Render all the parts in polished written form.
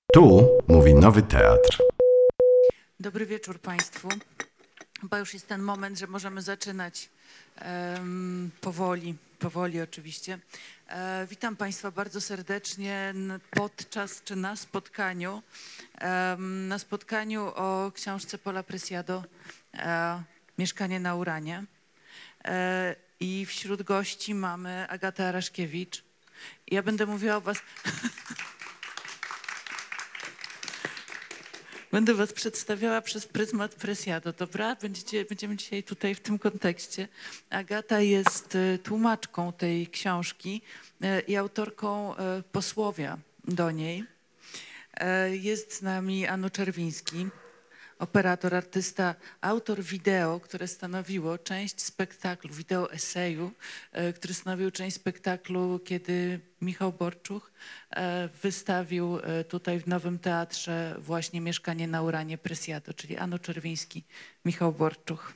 Tu mówi Nowy Teatr. Dobry wieczór Państwu. Chyba już jest ten moment, że możemy zaczynać powoli oczywiście. Witam Państwa bardzo serdecznie podczas czy na spotkaniu o książce Paula Preciado Mieszkanie na Uranie. I wśród gości mamy Agatę Araszkiewicz. Ja będę mówiła o Was... Będę Was przedstawiała przez pryzmat Preciado, dobra? Będziemy dzisiaj tutaj w tym kontekście. Agata jest tłumaczką tej książki i autorką posłowia do niej. Jest z nami Anu Czerwiński, operator, artysta, autor wideo, które stanowiło część spektaklu, wideo eseju, który stanowił część spektaklu, kiedy Michał Borczuch wystawił tutaj w Nowym Teatrze właśnie Mieszkanie na Uranie Preciado, czyli Anu Czerwiński, Michał Borczuch.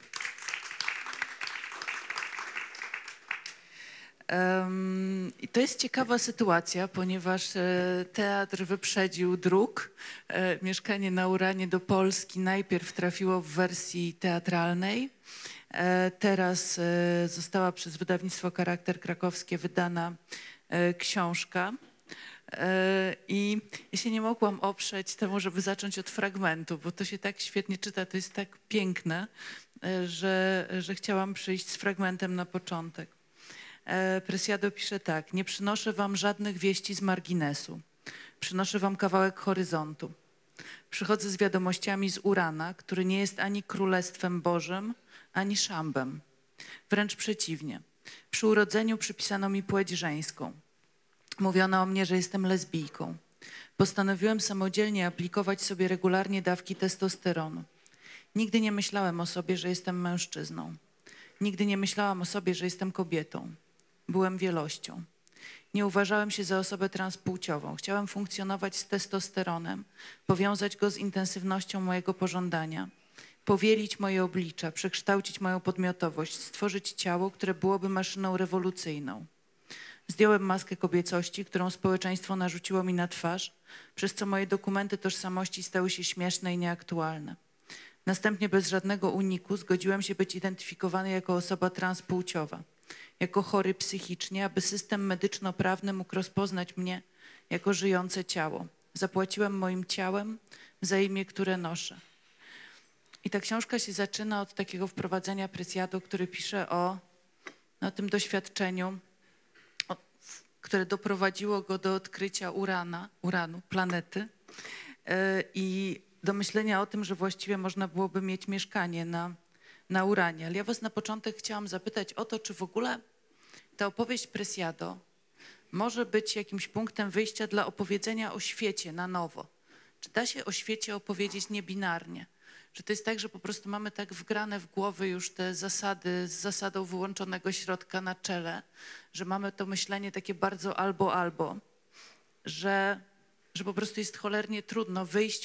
I to jest ciekawa sytuacja, ponieważ teatr wyprzedził druk. Mieszkanie na Uranie do Polski najpierw trafiło w wersji teatralnej. Teraz została przez wydawnictwo Charakter Krakowskie wydana książka. I ja się nie mogłam oprzeć temu, żeby zacząć od fragmentu, bo to się tak świetnie czyta, to jest tak piękne, że chciałam przyjść z fragmentem na początek. Preciado pisze tak: nie przynoszę wam żadnych wieści z marginesu. Przynoszę wam kawałek horyzontu. Przychodzę z wiadomościami z Urana, który nie jest ani królestwem Bożym, ani szambem. Wręcz przeciwnie. Przy urodzeniu przypisano mi płeć żeńską. Mówiono o mnie, że jestem lesbijką. Postanowiłem samodzielnie aplikować sobie regularnie dawki testosteronu. Nigdy nie myślałem o sobie, że jestem mężczyzną. Nigdy nie myślałam o sobie, że jestem kobietą. Byłem wielością. Nie uważałem się za osobę transpłciową. Chciałem funkcjonować z testosteronem, powiązać go z intensywnością mojego pożądania, powielić moje oblicze, przekształcić moją podmiotowość, stworzyć ciało, które byłoby maszyną rewolucyjną. Zdjąłem maskę kobiecości, którą społeczeństwo narzuciło mi na twarz, przez co moje dokumenty tożsamości stały się śmieszne i nieaktualne. Następnie bez żadnego uniku zgodziłem się być identyfikowany jako osoba transpłciowa, jako chory psychicznie, aby system medyczno-prawny mógł rozpoznać mnie jako żyjące ciało. Zapłaciłem moim ciałem za imię, które noszę. I ta książka się zaczyna od takiego wprowadzenia Preciado, który pisze o tym doświadczeniu, które doprowadziło go do odkrycia Uranu, planety i do myślenia o tym, że właściwie można byłoby mieć mieszkanie na Uranie. Ale ja was na początek chciałam zapytać o to, czy w ogóle ta opowieść Preciado może być jakimś punktem wyjścia dla opowiedzenia o świecie na nowo. Czy da się o świecie opowiedzieć niebinarnie? Czy to jest tak, że po prostu mamy tak wgrane w głowy już te zasady z zasadą wyłączonego środka na czele, że mamy to myślenie takie bardzo albo, że po prostu jest cholernie trudno wyjść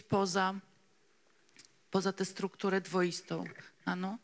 poza tę strukturę dwoistą. Ano?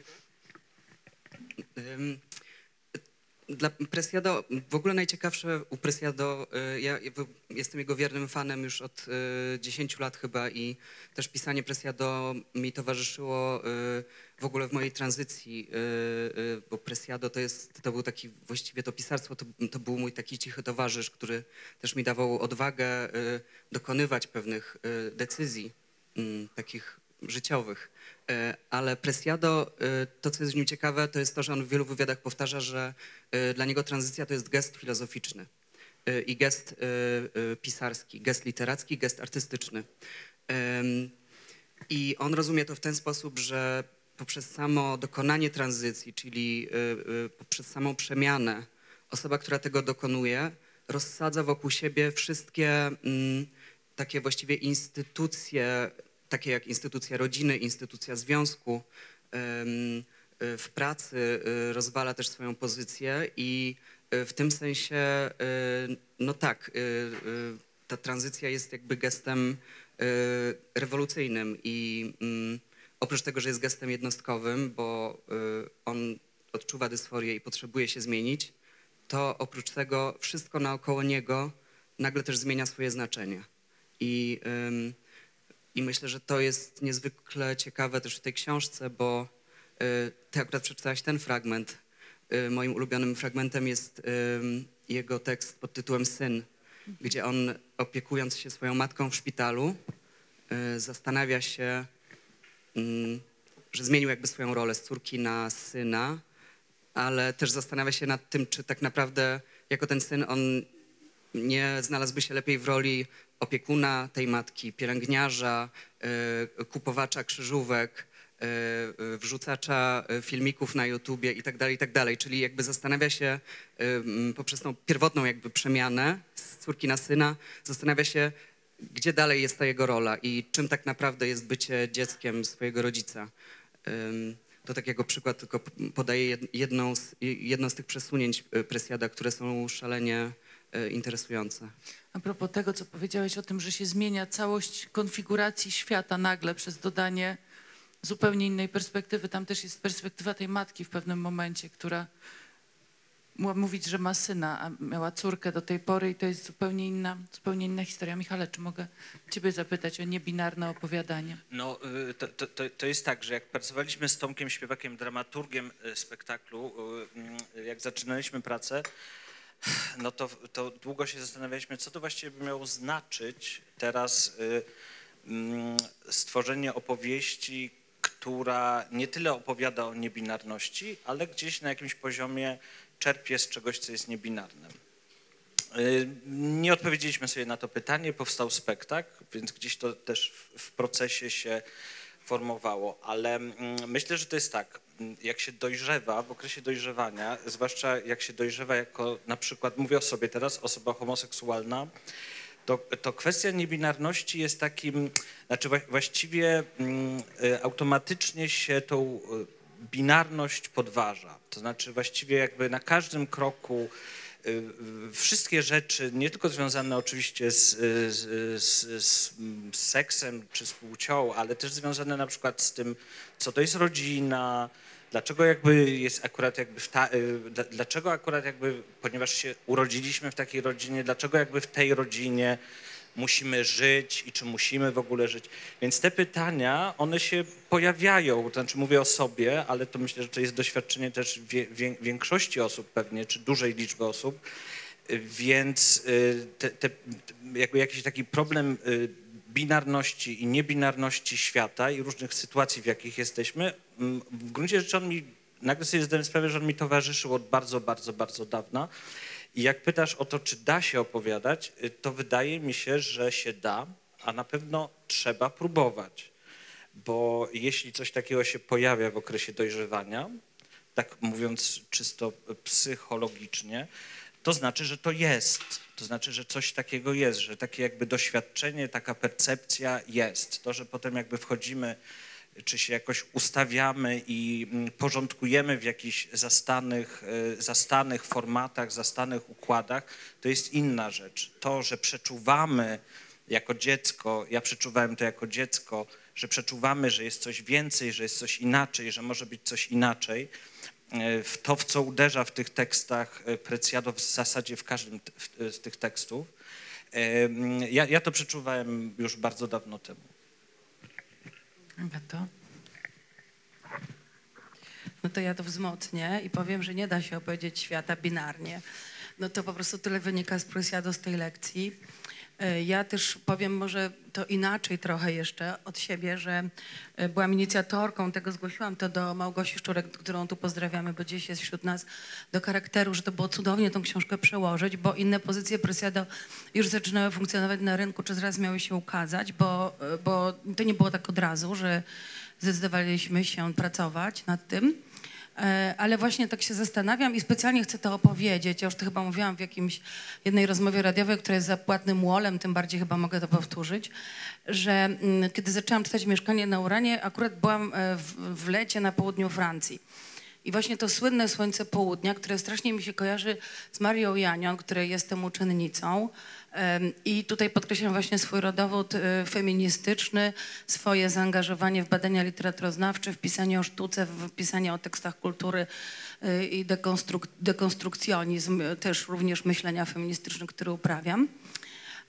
Dla Preciado, w ogóle najciekawsze u Preciado, ja jestem jego wiernym fanem już od 10 lat chyba i też pisanie Preciado mi towarzyszyło w ogóle w mojej tranzycji, bo Preciado to był taki, właściwie to pisarstwo, to był mój taki cichy towarzysz, który też mi dawał odwagę dokonywać pewnych decyzji takich życiowych. Ale Preciado, to co jest w nim ciekawe, to jest to, że on w wielu wywiadach powtarza, że dla niego tranzycja to jest gest filozoficzny i gest pisarski, gest literacki, gest artystyczny. I on rozumie to w ten sposób, że poprzez samo dokonanie tranzycji, czyli poprzez samą przemianę, osoba, która tego dokonuje, rozsadza wokół siebie wszystkie takie właściwie instytucje, takie jak instytucja rodziny, instytucja związku, w pracy rozwala też swoją pozycję i w tym sensie, no tak, ta tranzycja jest jakby gestem rewolucyjnym i oprócz tego, że jest gestem jednostkowym, bo on odczuwa dysforię i potrzebuje się zmienić, to oprócz tego wszystko naokoło niego nagle też zmienia swoje znaczenie. I, I myślę, że to jest niezwykle ciekawe też w tej książce, bo ty akurat przeczytałaś ten fragment. Moim ulubionym fragmentem jest jego tekst pod tytułem Syn, gdzie on, opiekując się swoją matką w szpitalu, zastanawia się, że zmienił jakby swoją rolę z córki na syna, ale też zastanawia się nad tym, czy tak naprawdę jako ten syn on nie znalazłby się lepiej w roli opiekuna tej matki, pielęgniarza, kupowacza krzyżówek, wrzucacza filmików na YouTubie i tak dalej, czyli jakby zastanawia się poprzez tą pierwotną jakby przemianę z córki na syna, zastanawia się, gdzie dalej jest ta jego rola i czym tak naprawdę jest bycie dzieckiem swojego rodzica. To tak jako przykład tylko podaję jedno z tych przesunięć Preciada, które są szalenie interesujące. A propos tego, co powiedziałeś o tym, że się zmienia całość konfiguracji świata nagle przez dodanie zupełnie innej perspektywy. Tam też jest perspektywa tej matki w pewnym momencie, która mogła mówić, że ma syna, a miała córkę do tej pory i to jest zupełnie inna historia. Michale, czy mogę ciebie zapytać o niebinarne opowiadanie? No, to jest tak, że jak pracowaliśmy z Tomkiem Śpiewakiem, dramaturgiem spektaklu, jak zaczynaliśmy pracę, no to długo się zastanawialiśmy, co to właściwie by miało znaczyć teraz stworzenie opowieści, która nie tyle opowiada o niebinarności, ale gdzieś na jakimś poziomie czerpie z czegoś, co jest niebinarnym. Nie odpowiedzieliśmy sobie na to pytanie, powstał spektakl, więc gdzieś to też w procesie się formowało, ale myślę, że to jest tak, jak się dojrzewa, w okresie dojrzewania, zwłaszcza jak się dojrzewa jako na przykład, mówię o sobie teraz, osoba homoseksualna, to kwestia niebinarności jest takim, znaczy właściwie automatycznie się tą binarność podważa. To znaczy właściwie jakby na każdym kroku wszystkie rzeczy, nie tylko związane oczywiście z seksem czy z płcią, ale też związane na przykład z tym, co to jest rodzina, dlaczego jakby jest akurat jakby dlaczego akurat jakby, ponieważ się urodziliśmy w takiej rodzinie, dlaczego jakby w tej rodzinie musimy żyć i czy musimy w ogóle żyć. Więc te pytania, one się pojawiają, to znaczy mówię o sobie, ale to myślę, że to jest doświadczenie też większości osób pewnie, czy dużej liczby osób, więc jakby jakiś taki problem binarności i niebinarności świata i różnych sytuacji, w jakich jesteśmy, w gruncie rzeczy nagle sobie zdałem sprawę, że on mi towarzyszył od bardzo, bardzo, bardzo dawna. I jak pytasz o to, czy da się opowiadać, to wydaje mi się, że się da, a na pewno trzeba próbować. Bo jeśli coś takiego się pojawia w okresie dojrzewania, tak mówiąc czysto psychologicznie, to znaczy, że to jest. To znaczy, że coś takiego jest, że takie jakby doświadczenie, taka percepcja jest. To, że potem jakby wchodzimy, czy się jakoś ustawiamy i porządkujemy w jakichś zastanych formatach, zastanych układach, to jest inna rzecz. To, że przeczuwamy jako dziecko, ja przeczuwałem to jako dziecko, że przeczuwamy, że jest coś więcej, że jest coś inaczej, że może być coś inaczej, w co uderza w tych tekstach Preciado w zasadzie w każdym z tych tekstów. Ja to przeczuwałem już bardzo dawno temu. Agato? No to ja to wzmocnię i powiem, że nie da się opowiedzieć świata binarnie. No to po prostu tyle wynika z Preciado z tej lekcji. Ja też powiem może to inaczej trochę jeszcze od siebie, że byłam inicjatorką tego, zgłosiłam to do Małgosi Szczurek, którą tu pozdrawiamy, bo dziś jest wśród nas, do charakteru, że to było cudownie tą książkę przełożyć, bo inne pozycje Preciado już zaczynały funkcjonować na rynku, czy zaraz miały się ukazać, bo to nie było tak od razu, że zdecydowaliśmy się pracować nad tym. Ale właśnie tak się zastanawiam i specjalnie chcę to opowiedzieć. Ja już to chyba mówiłam w jednej rozmowie radiowej, która jest zapłatnym łolem, tym bardziej chyba mogę to powtórzyć, że kiedy zaczęłam czytać Mieszkanie na Uranie, akurat byłam w lecie na południu Francji. I właśnie to słynne Słońce Południa, które strasznie mi się kojarzy z Marią Janion, której jestem uczennicą. I tutaj podkreślam właśnie swój rodowód feministyczny, swoje zaangażowanie w badania literaturoznawcze, w pisanie o sztuce, w pisanie o tekstach kultury i dekonstrukcjonizm, też również myślenia feministycznych, który uprawiam.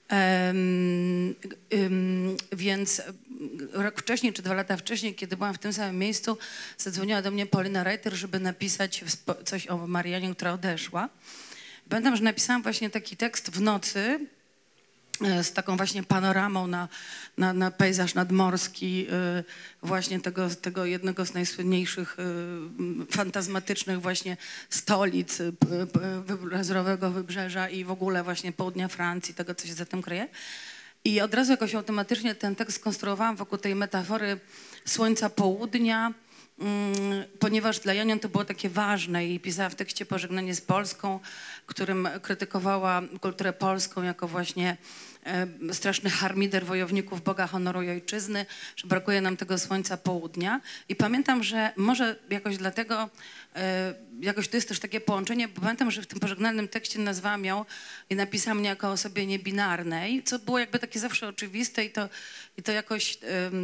Więc rok wcześniej, czy 2 lata wcześniej, kiedy byłam w tym samym miejscu, zadzwoniła do mnie Paulina Reiter, żeby napisać coś o Marianie, która odeszła. Pamiętam, że napisałam właśnie taki tekst w nocy, z taką właśnie panoramą na pejzaż nadmorski właśnie tego jednego z najsłynniejszych fantazmatycznych właśnie stolic Lazurowego Wybrzeża i w ogóle właśnie południa Francji, tego, co się za tym kryje. I od razu jakoś automatycznie ten tekst skonstruowałam wokół tej metafory słońca południa, ponieważ dla Janion to było takie ważne i pisała w tekście Pożegnanie z Polską, którym krytykowała kulturę polską jako właśnie straszny harmider wojowników Boga, honoru i ojczyzny, że brakuje nam tego słońca południa. I pamiętam, że może jakoś dlatego, jakoś to jest też takie połączenie, bo pamiętam, że w tym pożegnalnym tekście nazwałam ją i napisałam mnie jako osobie niebinarnej, co było jakby takie zawsze oczywiste i to jakoś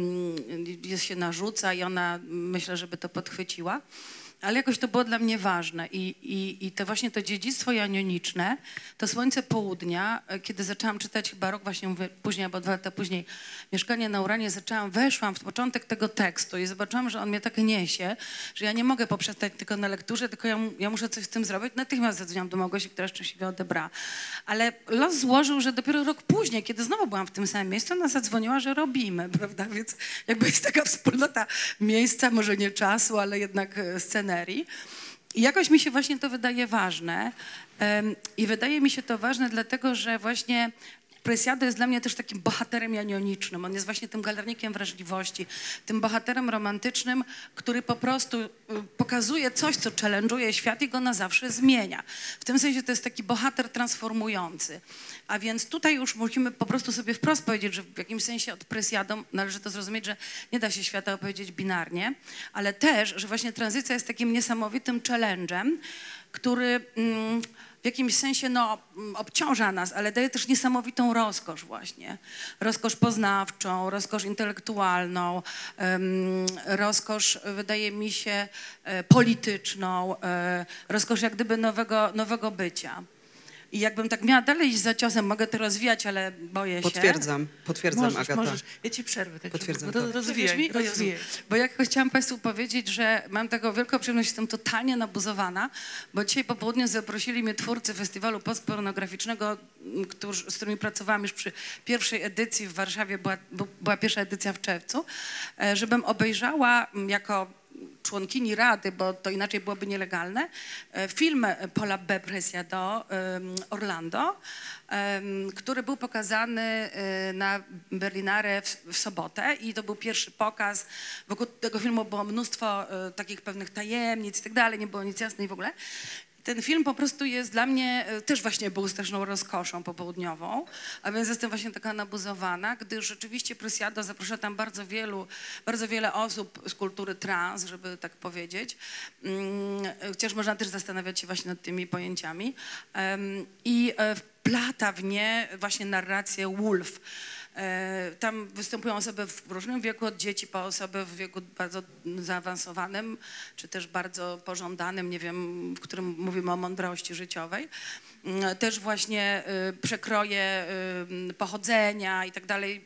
się narzuca i ona, myślę, żeby to podchwyciła. Ale jakoś to było dla mnie ważne i to właśnie to dziedzictwo janioniczne, to słońce południa, kiedy zaczęłam czytać chyba rok właśnie mówię, później, albo 2 lata później, Mieszkanie na Uranie, weszłam w początek tego tekstu i zobaczyłam, że on mnie tak niesie, że ja nie mogę poprzestać tylko na lekturze, tylko ja muszę coś z tym zrobić. Natychmiast zadzwoniłam do Małgosi, która szczęśliwie odebrała. Ale los złożył, że dopiero rok później, kiedy znowu byłam w tym samym miejscu, ona zadzwoniła, że robimy, prawda? Więc jakby jest taka wspólnota miejsca, może nie czasu, ale jednak sceny. I jakoś mi się właśnie to wydaje ważne i wydaje mi się to ważne dlatego, że właśnie Preciado jest dla mnie też takim bohaterem janionicznym. On jest właśnie tym galernikiem wrażliwości, tym bohaterem romantycznym, który po prostu pokazuje coś, co challenge'uje świat i go na zawsze zmienia. W tym sensie to jest taki bohater transformujący. A więc tutaj już musimy po prostu sobie wprost powiedzieć, że w jakimś sensie od Preciado należy to zrozumieć, że nie da się świata opowiedzieć binarnie, ale też, że właśnie tranzycja jest takim niesamowitym challenge'em, który w jakimś sensie obciąża nas, ale daje też niesamowitą rozkosz właśnie. Rozkosz poznawczą, rozkosz intelektualną, rozkosz, wydaje mi się, polityczną, rozkosz jak gdyby nowego bycia. I jakbym tak miała dalej iść za ciosem, mogę to rozwijać, ale boję się. Potwierdzam, Agata. Możesz. Ja ci przerwę. Tak, Potwierdzam. rozwijaj. Bo ja chciałam Państwu powiedzieć, że mam taką wielką przyjemność, jestem totalnie nabuzowana, bo dzisiaj po południu zaprosili mnie twórcy festiwalu postpornograficznego, z którymi pracowałam już przy pierwszej edycji w Warszawie, była pierwsza edycja w czerwcu, żebym obejrzała jako członkini Rady, bo to inaczej byłoby nielegalne, film Paula B. Preciado Orlando, który był pokazany na Berlinare w sobotę i to był pierwszy pokaz. Wokół tego filmu było mnóstwo takich pewnych tajemnic i tak dalej, nie było nic jasne i w ogóle. Ten film po prostu jest dla mnie, też właśnie był straszną rozkoszą popołudniową, a więc jestem właśnie taka nabuzowana, gdyż rzeczywiście Preciado zaprasza tam bardzo wiele osób z kultury trans, żeby tak powiedzieć. Chociaż można też zastanawiać się właśnie nad tymi pojęciami. I wplata w nie właśnie narrację Wolf. Tam występują osoby w różnym wieku, od dzieci po osoby w wieku bardzo zaawansowanym, czy też bardzo pożądanym, nie wiem, w którym mówimy o mądrości życiowej. Też właśnie przekroje pochodzenia i tak dalej,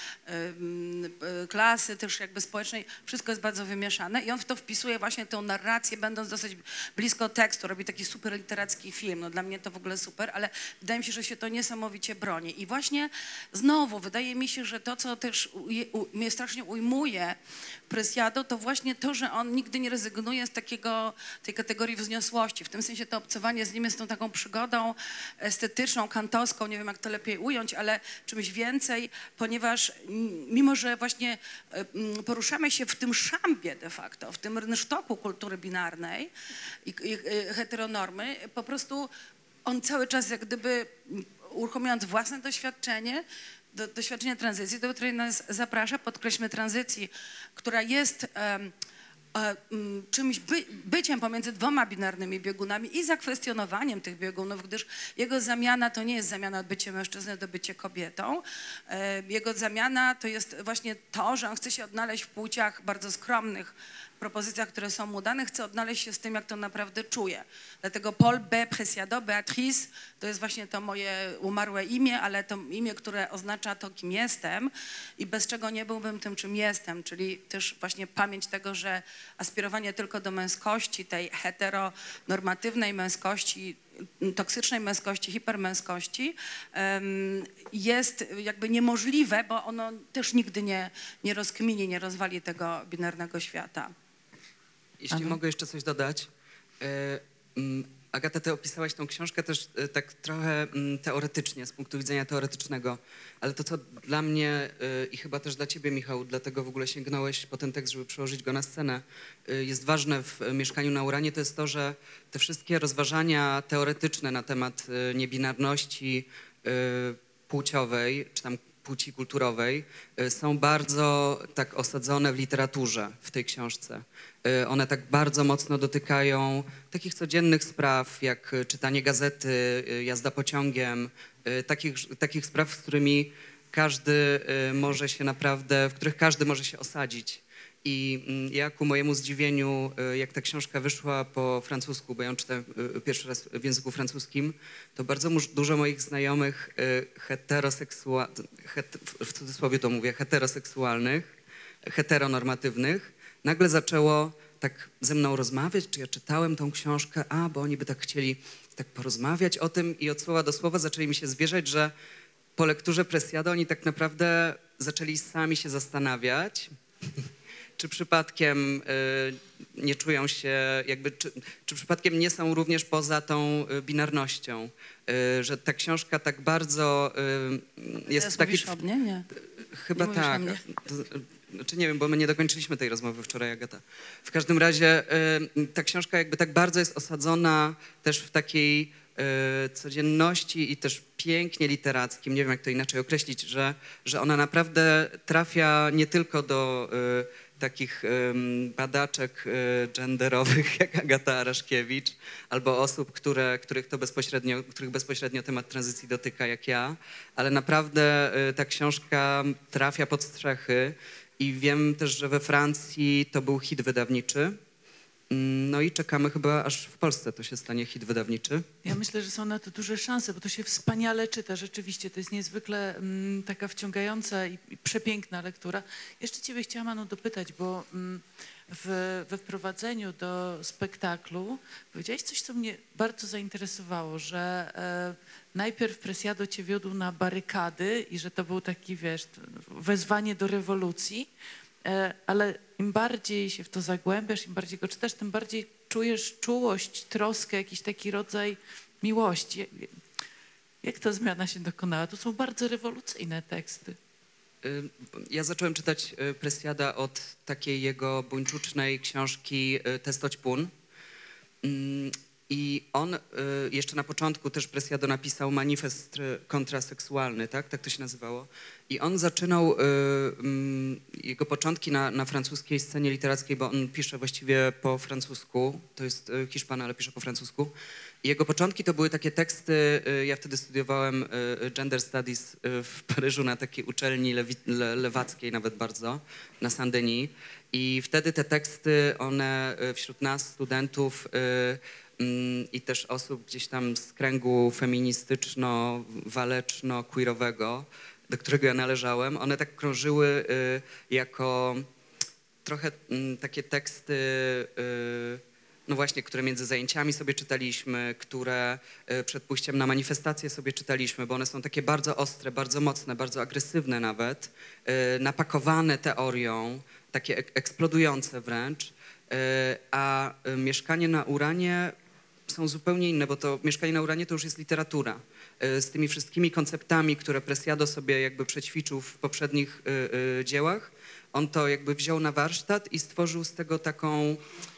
klasy też jakby społecznej, wszystko jest bardzo wymieszane i on w to wpisuje właśnie tę narrację, będąc dosyć blisko tekstu, robi taki super literacki film. No dla mnie to w ogóle super, ale wydaje mi się, że się to niesamowicie broni. I właśnie znowu wydaje mi się, że to, co też mnie strasznie ujmuje Preciado, to właśnie to, że on nigdy nie rezygnuje z tej kategorii wzniosłości. W tym sensie to obcowanie z nim jest tą taką przygodą estetyczną, kantowską, nie wiem jak to lepiej ująć, ale czymś więcej, ponieważ mimo, że właśnie poruszamy się w tym szambie de facto, w tym rynsztoku kultury binarnej i heteronormy, po prostu on cały czas jak gdyby uruchamiając własne doświadczenie, doświadczenie tranzycji, do której nas zaprasza, podkreślmy tranzycji, która jest czymś byciem pomiędzy 2 binarnymi biegunami i zakwestionowaniem tych biegunów, gdyż jego zamiana to nie jest zamiana od bycia mężczyzny do bycia kobietą. Jego zamiana to jest właśnie to, że on chce się odnaleźć w płciach bardzo skromnych propozycjach, które są mu dane, chcę odnaleźć się z tym, jak to naprawdę czuję. Dlatego Paul B. Preciado, Beatrice, to jest właśnie to moje umarłe imię, ale to imię, które oznacza to, kim jestem i bez czego nie byłbym tym, czym jestem, czyli też właśnie pamięć tego, że aspirowanie tylko do męskości, tej heteronormatywnej męskości, toksycznej męskości, hipermęskości jest jakby niemożliwe, bo ono też nigdy nie rozkmieni, nie rozwali tego binarnego świata. Jeśli mogę jeszcze coś dodać. Agata, ty opisałaś tą książkę też tak trochę teoretycznie, z punktu widzenia teoretycznego, ale to, co dla mnie i chyba też dla ciebie, Michał, dlatego w ogóle sięgnąłeś po ten tekst, żeby przełożyć go na scenę, jest ważne w Mieszkaniu na Uranie, to jest to, że te wszystkie rozważania teoretyczne na temat niebinarności płciowej, czy tam płci kulturowej, są bardzo tak osadzone w literaturze w tej książce. One tak bardzo mocno dotykają takich codziennych spraw, jak czytanie gazety, jazda pociągiem, takich spraw, z którymi każdy może się naprawdę, w których każdy może się osadzić. I ja ku mojemu zdziwieniu, jak ta książka wyszła po francusku, bo ja ją czytałem pierwszy raz w języku francuskim, to bardzo dużo moich znajomych w cudzysłowie to mówię, heteroseksualnych, heteronormatywnych, nagle zaczęło tak ze mną rozmawiać, czy ja czytałem tą książkę, bo oni by tak chcieli tak porozmawiać o tym i od słowa do słowa zaczęli mi się zwierzać, że po lekturze Preciado oni tak naprawdę zaczęli sami się zastanawiać, czy przypadkiem nie czują się, jakby, czy przypadkiem nie są również poza tą binarnością, że ta książka tak bardzo jest w takiej... Mówisz o mnie? Nie. Chyba nie tak. Znaczy nie wiem, bo my nie dokończyliśmy tej rozmowy wczoraj, Agata. W każdym razie ta książka jakby tak bardzo jest osadzona też w takiej codzienności i też pięknie literackim, nie wiem jak to inaczej określić, że ona naprawdę trafia nie tylko do takich badaczek genderowych jak Agata Araszkiewicz albo osób, których bezpośrednio temat tranzycji dotyka jak ja, ale naprawdę ta książka trafia pod strzechy i wiem też, że we Francji to był hit wydawniczy. No i czekamy chyba, aż w Polsce to się stanie hit wydawniczy. Ja myślę, że są na to duże szanse, bo to się wspaniale czyta, rzeczywiście. To jest niezwykle taka wciągająca i przepiękna lektura. Jeszcze ciebie chciałam, Anu, dopytać, bo we wprowadzeniu do spektaklu powiedziałeś coś, co mnie bardzo zainteresowało, że najpierw Preciado cię wiódł na barykady i że to był taki, wiesz, wezwanie do rewolucji, ale im bardziej się w to zagłębiasz, im bardziej go czytasz, tym bardziej czujesz czułość, troskę, jakiś taki rodzaj miłości. Jak ta zmiana się dokonała? To są bardzo rewolucyjne teksty. Ja zacząłem czytać Preciada od takiej jego buńczucznej książki Testoć Pun. I on jeszcze na początku też Preciado napisał manifest kontraseksualny, tak? Tak to się nazywało. I on zaczynał jego początki na francuskiej scenie literackiej, bo on pisze właściwie po francusku, to jest Hiszpan, ale pisze po francusku. I jego początki to były takie teksty, ja wtedy studiowałem gender studies w Paryżu na takiej uczelni lewackiej nawet bardzo, na Saint-Denis. I wtedy te teksty, one wśród nas, studentów, i też osób gdzieś tam z kręgu feministyczno-waleczno-queerowego, do którego ja należałem, one tak krążyły jako trochę takie teksty, no właśnie, które między zajęciami sobie czytaliśmy, które przed pójściem na manifestacje sobie czytaliśmy, bo one są takie bardzo ostre, bardzo mocne, bardzo agresywne nawet, napakowane teorią, takie eksplodujące wręcz, a Mieszkanie na Uranie są zupełnie inne, bo to Mieszkanie na Uranie to już jest literatura. Z tymi wszystkimi konceptami, które Preciado sobie jakby przećwiczył w poprzednich dziełach, on to jakby wziął na warsztat i stworzył z tego taką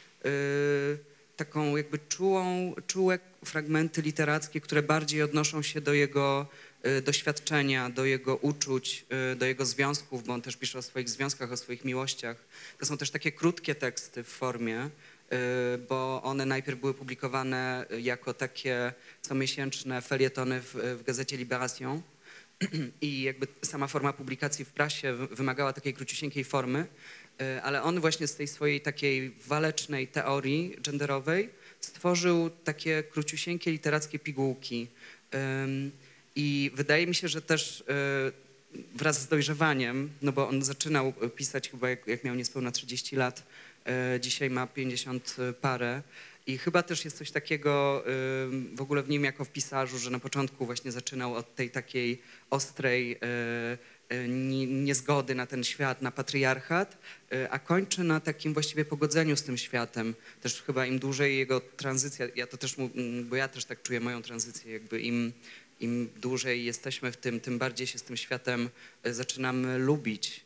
jakby czułe fragmenty literackie, które bardziej odnoszą się do jego doświadczenia, do jego uczuć, do jego związków, bo on też pisze o swoich związkach, o swoich miłościach. To są też takie krótkie teksty w formie, bo one najpierw były publikowane jako takie comiesięczne felietony w gazecie Libération i jakby sama forma publikacji w prasie wymagała takiej króciusieńkiej formy, ale on właśnie z tej swojej takiej walecznej teorii genderowej stworzył takie króciusieńkie literackie pigułki. I wydaje mi się, że też wraz z dojrzewaniem, no bo on zaczynał pisać chyba jak miał niespełna 30 lat, dzisiaj ma 50 parę i chyba też jest coś takiego w ogóle w nim jako w pisarzu, że na początku właśnie zaczynał od tej takiej ostrej niezgody na ten świat, na patriarchat, a kończy na takim właściwie pogodzeniu z tym światem. Też chyba im dłużej jego tranzycja, ja to też, bo ja też tak czuję moją tranzycję, jakby im dłużej jesteśmy w tym, tym bardziej się z tym światem zaczynamy lubić.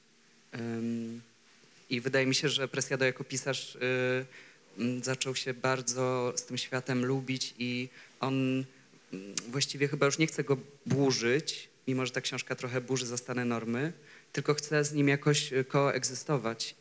I wydaje mi się, że Preciado jako pisarz zaczął się bardzo z tym światem lubić i on właściwie chyba już nie chce go burzyć, mimo że ta książka trochę burzy zastane normy, tylko chce z nim jakoś koegzystować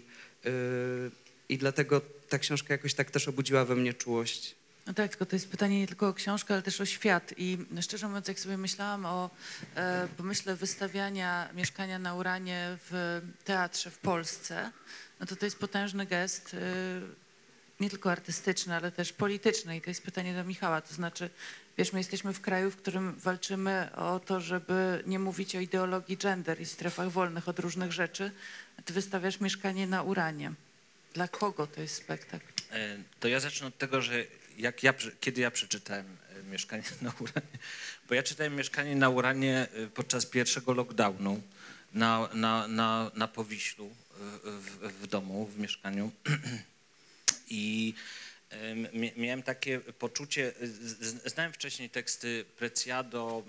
i dlatego ta książka jakoś tak też obudziła we mnie czułość. No tak, tylko to jest pytanie nie tylko o książkę, ale też o świat. I szczerze mówiąc, jak sobie myślałam o pomyśle wystawiania Mieszkania na Uranie w teatrze w Polsce, no to jest potężny gest, nie tylko artystyczny, ale też polityczny. I to jest pytanie do Michała. To znaczy, wiesz, my jesteśmy w kraju, w którym walczymy o to, żeby nie mówić o ideologii gender i strefach wolnych od różnych rzeczy. A ty wystawiasz Mieszkanie na Uranie. Dla kogo to jest spektakl? To ja zacznę od tego, że kiedy ja przeczytałem Mieszkanie na Uranie, bo ja czytałem Mieszkanie na Uranie podczas pierwszego lockdownu na Powiślu w domu, w mieszkaniu i miałem takie poczucie, znałem wcześniej teksty Preciado,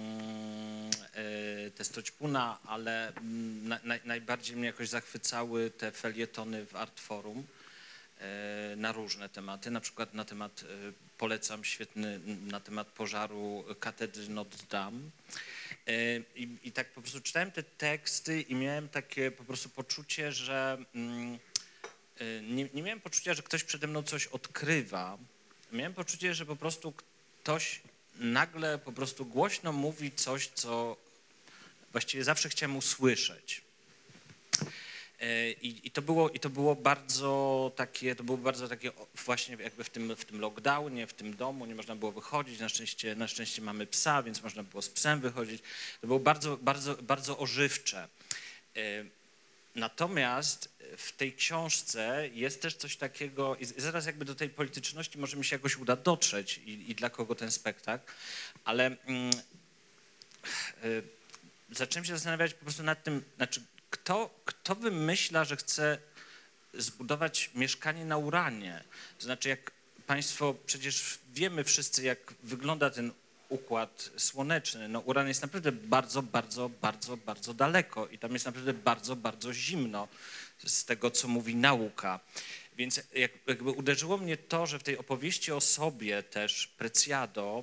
Testoćpuna, ale najbardziej mnie jakoś zachwycały te felietony w Artforum na różne tematy, na przykład na temat, polecam świetny, na temat pożaru katedry Notre Dame. I tak po prostu czytałem te teksty i miałem takie po prostu poczucie, że nie miałem poczucia, że ktoś przede mną coś odkrywa. Miałem poczucie, że po prostu ktoś nagle po prostu głośno mówi coś, co właściwie zawsze chciałem usłyszeć. I to było bardzo takie właśnie jakby w tym lockdownie, w tym domu nie można było wychodzić, na szczęście mamy psa, więc można było z psem wychodzić. To było bardzo, bardzo, bardzo ożywcze. Natomiast w tej książce jest też coś takiego, i zaraz jakby do tej polityczności może mi się jakoś uda dotrzeć i dla kogo ten spektakl, ale zacząłem się zastanawiać po prostu nad tym, znaczy kto wymyśla, że chce zbudować mieszkanie na uranie? To znaczy, jak państwo przecież wiemy wszyscy, jak wygląda ten układ słoneczny. No uran jest naprawdę bardzo, bardzo, bardzo, bardzo daleko i tam jest naprawdę bardzo, bardzo zimno z tego, co mówi nauka. Więc jakby uderzyło mnie to, że w tej opowieści o sobie też Preciado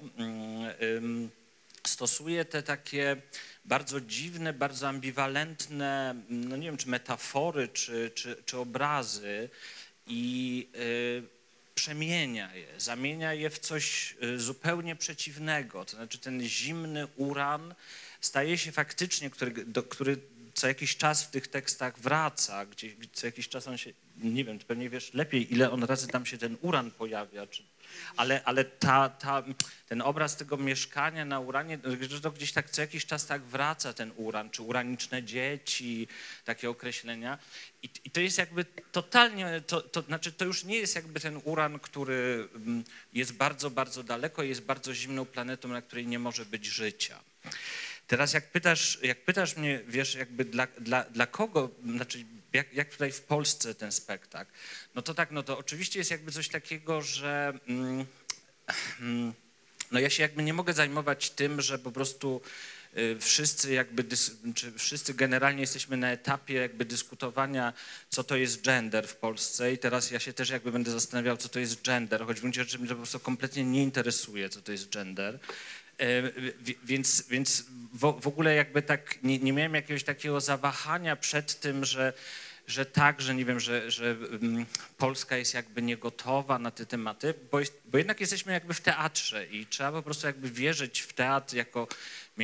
stosuje te takie bardzo dziwne, bardzo ambiwalentne, no nie wiem, czy metafory, czy obrazy i przemienia je, zamienia je w coś zupełnie przeciwnego. To znaczy ten zimny uran staje się faktycznie, który co jakiś czas w tych tekstach wraca, gdzie co jakiś czas on się, nie wiem, ty pewnie wiesz lepiej, ile on razy tam się ten uran pojawia, ale ten obraz tego mieszkania na uranie, że to gdzieś tak co jakiś czas tak wraca ten uran, czy uraniczne dzieci, takie określenia. I to jest jakby totalnie, to znaczy to już nie jest jakby ten uran, który jest bardzo, bardzo daleko, jest bardzo zimną planetą, na której nie może być życia. Teraz jak pytasz mnie, wiesz, jakby dla kogo, znaczy jak tutaj w Polsce ten spektakl, no to tak, no to oczywiście jest jakby coś takiego, że no ja się jakby nie mogę zajmować tym, że po prostu wszyscy jakby, czy wszyscy generalnie jesteśmy na etapie jakby dyskutowania, co to jest gender w Polsce i teraz ja się też jakby będę zastanawiał, co to jest gender, choć w gruncie rzeczy mnie to po prostu kompletnie nie interesuje, co to jest gender. Więc w ogóle jakby tak nie miałem jakiegoś takiego zawahania przed tym, że tak, że nie wiem, że Polska jest jakby niegotowa na te tematy, bo jednak jesteśmy jakby w teatrze i trzeba po prostu jakby wierzyć w teatr jako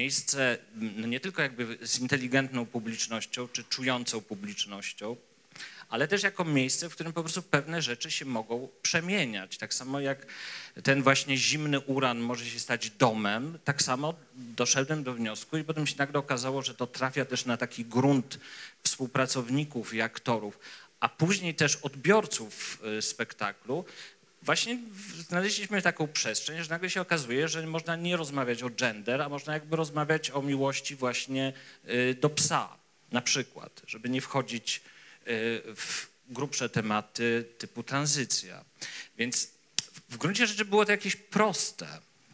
miejsce no nie tylko jakby z inteligentną publicznością czy czującą publicznością, ale też jako miejsce, w którym po prostu pewne rzeczy się mogą przemieniać. Tak samo jak ten właśnie zimny uran może się stać domem, tak samo doszedłem do wniosku i potem się nagle okazało, że to trafia też na taki grunt współpracowników i aktorów, a później też odbiorców spektaklu. Właśnie znaleźliśmy taką przestrzeń, że nagle się okazuje, że można nie rozmawiać o gender, a można jakby rozmawiać o miłości właśnie do psa na przykład, żeby nie wchodzić w grubsze tematy typu tranzycja. Więc w gruncie rzeczy było to jakieś proste.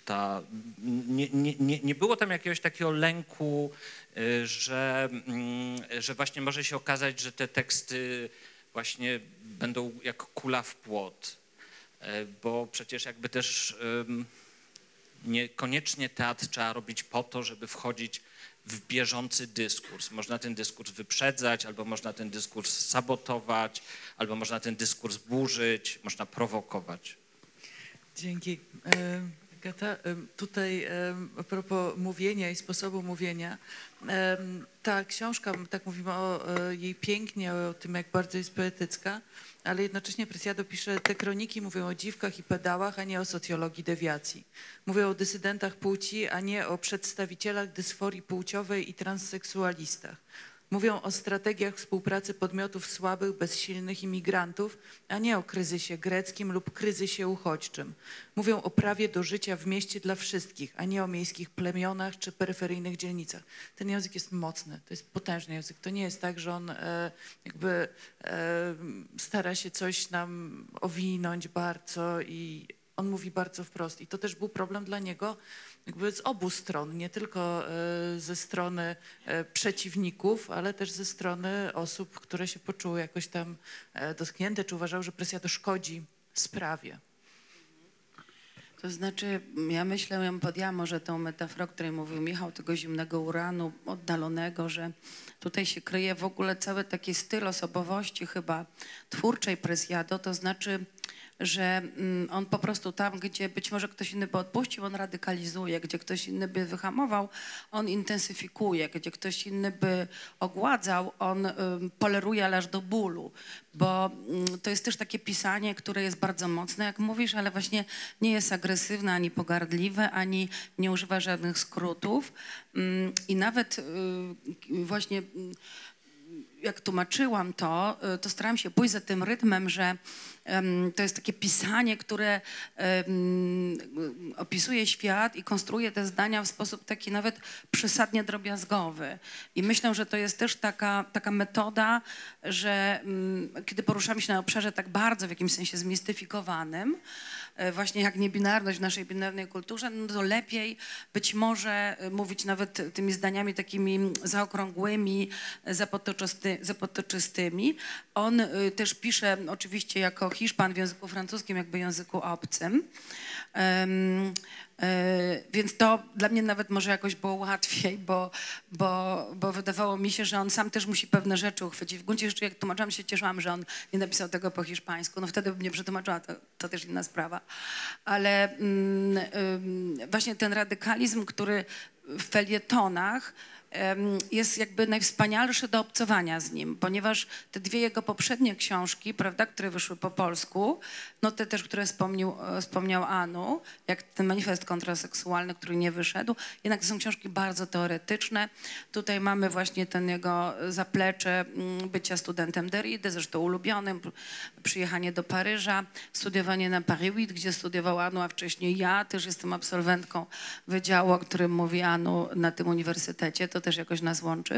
Nie było tam jakiegoś takiego lęku, że właśnie może się okazać, że te teksty właśnie będą jak kula w płot. Bo przecież jakby też niekoniecznie teatr trzeba robić po to, żeby wchodzić w bieżący dyskurs. Można ten dyskurs wyprzedzać, albo można ten dyskurs sabotować, albo można ten dyskurs burzyć, można prowokować. Dzięki. Agata, tutaj a propos mówienia i sposobu mówienia, ta książka, tak mówimy o jej pięknie, o tym, jak bardzo jest poetycka, ale jednocześnie Preciado pisze, te kroniki mówią o dziwkach i pedałach, a nie o socjologii dewiacji. Mówią o dysydentach płci, a nie o przedstawicielach dysforii płciowej i transseksualistach. Mówią o strategiach współpracy podmiotów słabych, bezsilnych imigrantów, a nie o kryzysie greckim lub kryzysie uchodźczym. Mówią o prawie do życia w mieście dla wszystkich, a nie o miejskich plemionach czy peryferyjnych dzielnicach. Ten język jest mocny, to jest potężny język. To nie jest tak, że on stara się coś nam owinąć bardzo i on mówi bardzo wprost. I to też był problem dla niego jakby z obu stron, nie tylko ze strony przeciwników, ale też ze strony osób, które się poczuły jakoś tam dotknięte, czy uważały, że presja to szkodzi sprawie. To znaczy, ja myślę, ja podjęłam może tą metaforę, o której mówił Michał, tego zimnego uranu oddalonego, że tutaj się kryje w ogóle cały taki styl osobowości chyba twórczej Preciado, to znaczy, że on po prostu tam, gdzie być może ktoś inny by odpuścił, on radykalizuje, gdzie ktoś inny by wyhamował, on intensyfikuje, gdzie ktoś inny by ogładzał, on poleruje, ale aż do bólu, bo to jest też takie pisanie, które jest bardzo mocne, jak mówisz, ale właśnie nie jest agresywne, ani pogardliwe, ani nie używa żadnych skrótów i nawet właśnie jak tłumaczyłam to starałam się pójść za tym rytmem, że to jest takie pisanie, które opisuje świat i konstruuje te zdania w sposób taki nawet przesadnie drobiazgowy. I myślę, że to jest też taka metoda, że kiedy poruszamy się na obszarze tak bardzo w jakimś sensie zmistyfikowanym, właśnie jak niebinarność w naszej binarnej kulturze, no to lepiej być może mówić nawet tymi zdaniami takimi zaokrągłymi, zapotoczystymi. On też pisze oczywiście jako Hiszpan w języku francuskim, jakby języku obcym. Więc to dla mnie nawet może jakoś było łatwiej, bo wydawało mi się, że on sam też musi pewne rzeczy uchwycić. W gruncie rzeczy, jak tłumaczyłam, się cieszyłam, że on nie napisał tego po hiszpańsku. No wtedy bym nie przetłumaczyła, to też inna sprawa. Ale właśnie ten radykalizm, który w felietonach jest jakby najwspanialszy do obcowania z nim, ponieważ te dwie jego poprzednie książki, prawda, które wyszły po polsku, no te też, które wspomniał Anu, jak ten manifest kontraseksualny, który nie wyszedł, jednak to są książki bardzo teoretyczne. Tutaj mamy właśnie ten jego zaplecze bycia studentem Derrida, zresztą ulubionym, przyjechanie do Paryża, studiowanie na Paris 8, gdzie studiował Anu, a wcześniej ja też jestem absolwentką wydziału, o którym mówi Anu na tym uniwersytecie, to też jakoś nas łączy.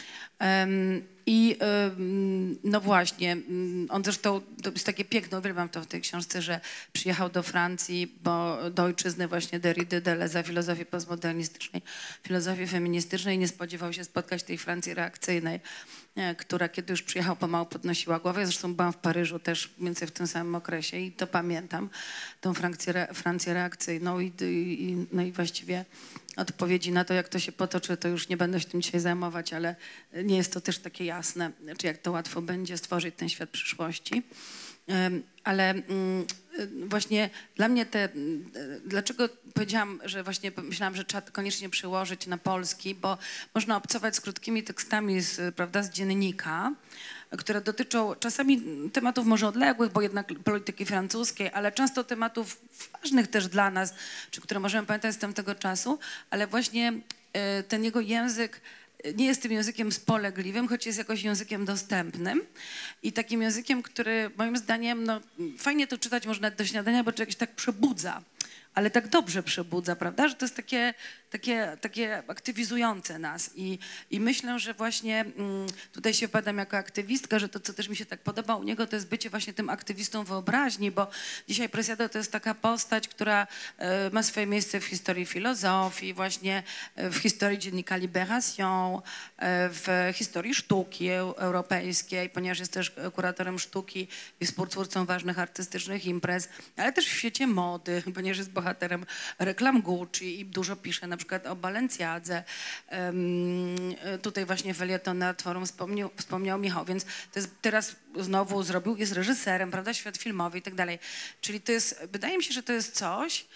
I no właśnie, on zresztą, to jest takie piękne, uwielbiam to w tej książce, że przyjechał do Francji, do ojczyzny właśnie Derrida, Deleuza, filozofii postmodernistycznej, filozofii feministycznej i nie spodziewał się spotkać tej Francji reakcyjnej, która kiedy już przyjechał, pomału podnosiła głowę. Ja zresztą byłam w Paryżu też mniej więcej w tym samym okresie i to pamiętam, tą Francję reakcyjną no i właściwie odpowiedzi na to, jak to się potoczy, to już nie będę się tym dzisiaj zajmować, ale nie jest to też takie jasne, czy jak to łatwo będzie stworzyć ten świat przyszłości. Ale właśnie dla mnie dlaczego powiedziałam, że właśnie myślałam, że trzeba koniecznie przełożyć na polski, bo można obcować z krótkimi tekstami prawda, z dziennika, które dotyczą czasami tematów może odległych, bo jednak polityki francuskiej, ale często tematów ważnych też dla nas, czy które możemy pamiętać z tamtego czasu, ale właśnie ten jego język nie jest tym językiem spolegliwym, choć jest jakoś językiem dostępnym i takim językiem, który moim zdaniem, no fajnie to czytać można do śniadania, bo człowiek się tak przebudza, ale tak dobrze przebudza, prawda, że to jest takie aktywizujące nas i myślę, że właśnie tutaj się wpadam jako aktywistka, że to, co też mi się tak podoba u niego, to jest bycie właśnie tym aktywistą wyobraźni, bo dzisiaj Preciado to jest taka postać, która ma swoje miejsce w historii filozofii, właśnie w historii dziennika Libération, w historii sztuki europejskiej, ponieważ jest też kuratorem sztuki i współtwórcą ważnych artystycznych imprez, ale też w świecie mody, ponieważ jest bohaterem reklam Gucci i dużo pisze na przykład o Balenciadze. Tutaj właśnie Feuilleton Forum wspomniał Michał, więc to jest teraz znowu jest reżyserem, prawda, świat filmowy i tak dalej. Czyli to jest, wydaje mi się, że to jest coś,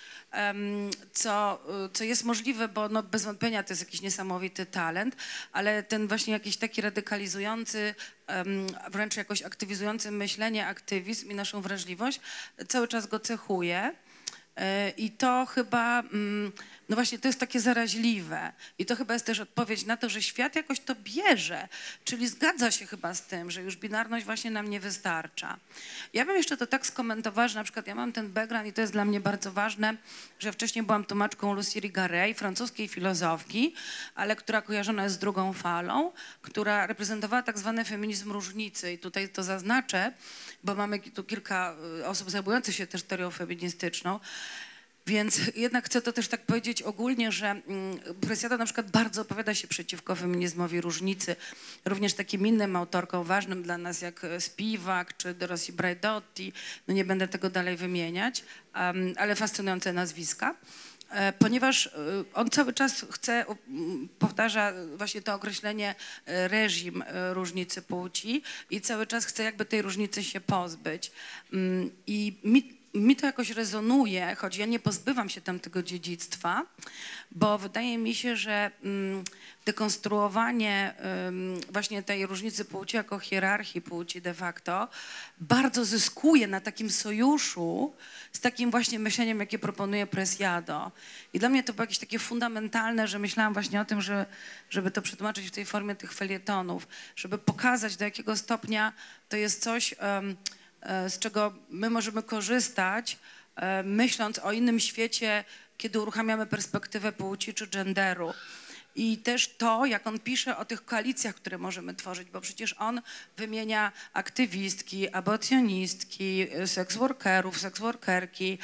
co jest możliwe, bo no bez wątpienia to jest jakiś niesamowity talent, ale ten właśnie jakiś taki radykalizujący, wręcz jakoś aktywizujący myślenie, aktywizm i naszą wrażliwość cały czas go cechuje. I to chyba, no właśnie to jest takie zaraźliwe i to chyba jest też odpowiedź na to, że świat jakoś to bierze, czyli zgadza się chyba z tym, że już binarność właśnie nam nie wystarcza. Ja bym jeszcze to tak skomentowała, że na przykład ja mam ten background i to jest dla mnie bardzo ważne, że wcześniej byłam tłumaczką Lucy Irigaray, francuskiej filozofki, ale która kojarzona jest z drugą falą, która reprezentowała tak zwany feminizm różnicy i tutaj to zaznaczę, bo mamy tu kilka osób zajmujących się też teorią feministyczną. Więc jednak chcę to też tak powiedzieć ogólnie, że Preciado na przykład bardzo opowiada się przeciwko feminizmowi różnicy, również takim innym autorkom ważnym dla nas jak Spivak czy Dorothy Braidotti, no nie będę tego dalej wymieniać, ale fascynujące nazwiska. Ponieważ on cały czas powtarza właśnie to określenie reżim różnicy płci i cały czas chce jakby tej różnicy się pozbyć. I mi to jakoś rezonuje, choć ja nie pozbywam się tamtego dziedzictwa, bo wydaje mi się, że dekonstruowanie właśnie tej różnicy płci jako hierarchii płci de facto bardzo zyskuje na takim sojuszu z takim właśnie myśleniem, jakie proponuje Preciado. I dla mnie to było jakieś takie fundamentalne, że myślałam właśnie o tym, żeby to przetłumaczyć w tej formie tych felietonów, żeby pokazać, do jakiego stopnia to jest coś, z czego my możemy korzystać, myśląc o innym świecie, kiedy uruchamiamy perspektywę płci czy genderu. I też to, jak on pisze o tych koalicjach, które możemy tworzyć, bo przecież on wymienia aktywistki, aborcjonistki, seksworkerów, seksworkerki,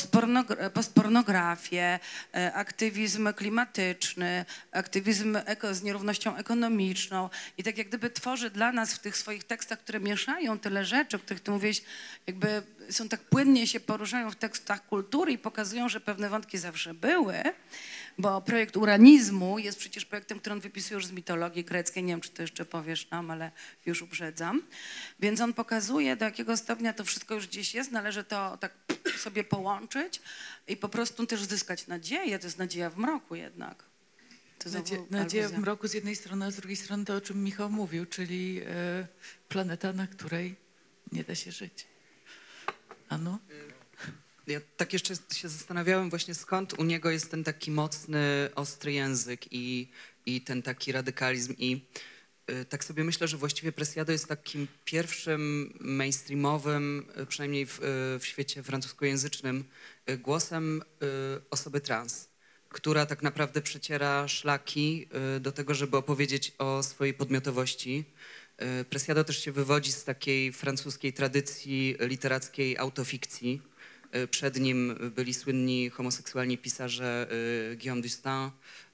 postpornografię, aktywizm klimatyczny, aktywizm z nierównością ekonomiczną. I tak jak gdyby tworzy dla nas w tych swoich tekstach, które mieszają tyle rzeczy, o których ty mówiłeś, jakby są tak płynnie się poruszają w tekstach kultury i pokazują, że pewne wątki zawsze były, bo projekt uranizmu jest przecież projektem, który on wypisuje już z mitologii greckiej. Nie wiem, czy to jeszcze powiesz nam, ale już uprzedzam. Więc on pokazuje, do jakiego stopnia to wszystko już gdzieś jest. Należy to tak sobie połączyć i po prostu też zyskać nadzieję. To jest nadzieja w mroku jednak. Nadzieja w mroku z jednej strony, a z drugiej strony to, o czym Michał mówił, czyli planeta, na której nie da się żyć. Ano? Ja tak jeszcze się zastanawiałem właśnie, skąd u niego jest ten taki mocny, ostry język i ten taki radykalizm i tak sobie myślę, że właściwie Preciado jest takim pierwszym mainstreamowym, przynajmniej w świecie francuskojęzycznym, głosem osoby trans, która tak naprawdę przeciera szlaki do tego, żeby opowiedzieć o swojej podmiotowości. Preciado też się wywodzi z takiej francuskiej tradycji literackiej autofikcji. Przed nim byli słynni homoseksualni pisarze Guillaume Dustin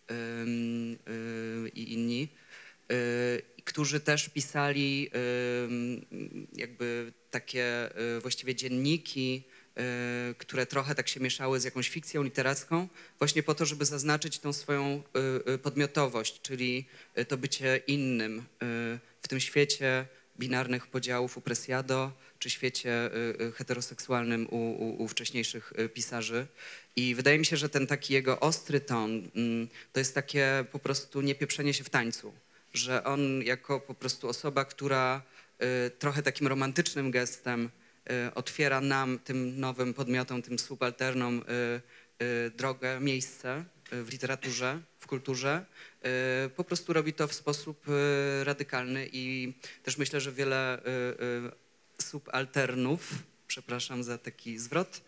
i inni, którzy też pisali jakby takie właściwie dzienniki, które trochę tak się mieszały z jakąś fikcją literacką, właśnie po to, żeby zaznaczyć tą swoją podmiotowość, czyli to bycie innym w tym świecie binarnych podziałów u Preciado, czy świecie heteroseksualnym u wcześniejszych pisarzy. I wydaje mi się, że ten taki jego ostry ton to jest takie po prostu niepieprzenie się w tańcu, że on jako po prostu osoba, która trochę takim romantycznym gestem otwiera nam, tym nowym podmiotom, tym subalternom drogę, miejsce w literaturze, w kulturze, po prostu robi to w sposób radykalny i też myślę, że wiele subalternów, przepraszam za taki zwrot,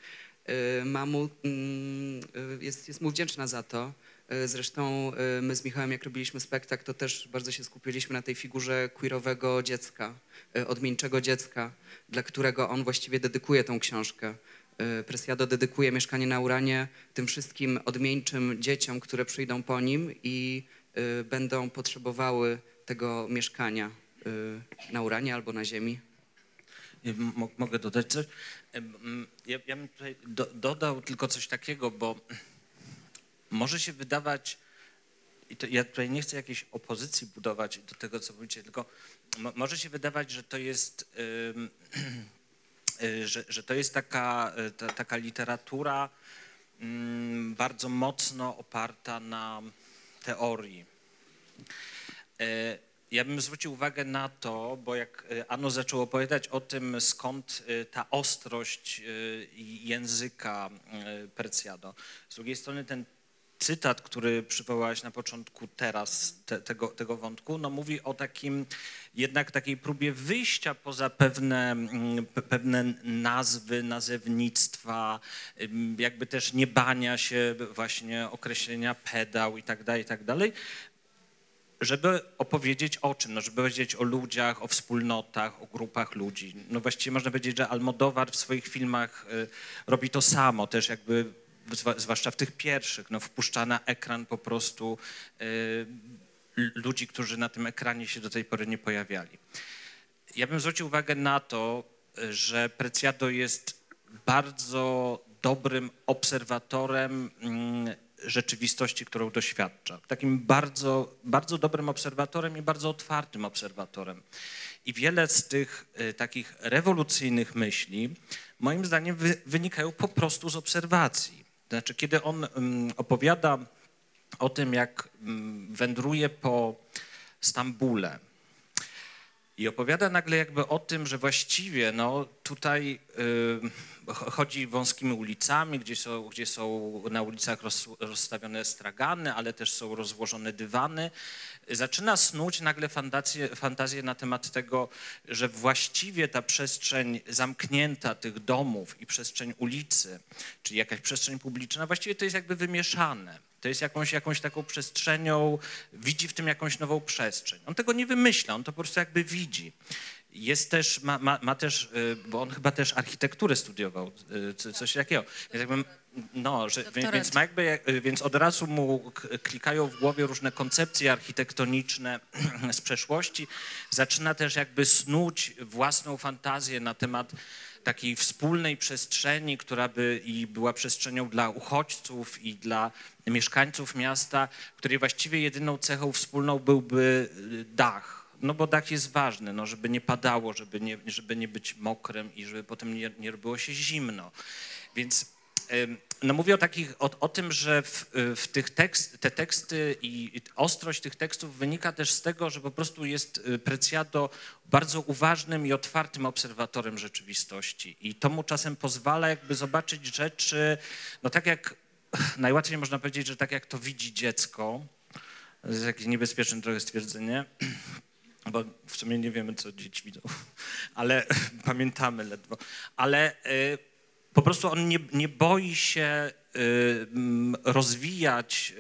jest mu wdzięczna za to. Zresztą my z Michałem, jak robiliśmy spektakl, to też bardzo się skupiliśmy na tej figurze queerowego dziecka, odmieńczego dziecka, dla którego on właściwie dedykuje tą książkę. Preciado dedykuje Mieszkanie na Uranie tym wszystkim odmieńczym dzieciom, które przyjdą po nim i będą potrzebowały tego mieszkania na Uranie albo na ziemi. Mogę dodać coś? Ja bym tutaj dodał tylko coś takiego, bo może się wydawać, i to ja tutaj nie chcę jakiejś opozycji budować do tego, co mówicie, tylko może się wydawać, że to jest, że to jest taka literatura bardzo mocno oparta na teorii. Ja bym zwrócił uwagę na to, bo jak Ano zaczął opowiadać o tym, skąd ta ostrość języka Preciado. Z drugiej strony ten cytat, który przywołałaś na początku teraz tego wątku, no mówi o takim, jednak takiej próbie wyjścia poza pewne nazwy, nazewnictwa, jakby też nie bania się właśnie określenia pedał i tak dalej, żeby opowiedzieć o czym? No, żeby powiedzieć o ludziach, o wspólnotach, o grupach ludzi. No właściwie można powiedzieć, że Almodóvar w swoich filmach robi to samo, też jakby, zwłaszcza w tych pierwszych, no wpuszcza na ekran po prostu ludzi, którzy na tym ekranie się do tej pory nie pojawiali. Ja bym zwrócił uwagę na to, że Preciado jest bardzo dobrym obserwatorem rzeczywistości, którą doświadcza. Takim bardzo, bardzo dobrym obserwatorem i bardzo otwartym obserwatorem. I wiele z tych takich rewolucyjnych myśli, moim zdaniem, wynikają po prostu z obserwacji. Znaczy, kiedy on opowiada o tym, jak wędruje po Stambule i opowiada nagle jakby o tym, że właściwie no, tutaj chodzi wąskimi ulicami, gdzie są na ulicach rozstawione stragany, ale też są rozłożone dywany. Zaczyna snuć nagle fantazję na temat tego, że właściwie ta przestrzeń zamknięta tych domów i przestrzeń ulicy, czyli jakaś przestrzeń publiczna, właściwie to jest jakby wymieszane. To jest jakąś taką przestrzenią, widzi w tym jakąś nową przestrzeń. On tego nie wymyśla, on to po prostu jakby widzi. Jest też, ma też, bo on chyba też architekturę studiował, coś takiego. Więc jakby, no, więc od razu mu klikają w głowie różne koncepcje architektoniczne z przeszłości. Zaczyna też jakby snuć własną fantazję na temat takiej wspólnej przestrzeni, która by i była przestrzenią dla uchodźców i dla mieszkańców miasta, której właściwie jedyną cechą wspólną byłby dach. No bo dach jest ważny, no, żeby nie padało, żeby nie być mokrym i żeby potem nie robiło się zimno. Więc no mówię o tym, że te teksty i ostrość tych tekstów wynika też z tego, że po prostu jest Preciado bardzo uważnym i otwartym obserwatorem rzeczywistości i to mu czasem pozwala jakby zobaczyć rzeczy, no tak jak najłatwiej można powiedzieć, że tak jak to widzi dziecko, to jest jakieś niebezpieczne trochę stwierdzenie, bo w sumie nie wiemy, co dzieci widzą, ale pamiętamy ledwo, ale po prostu on nie boi się rozwijać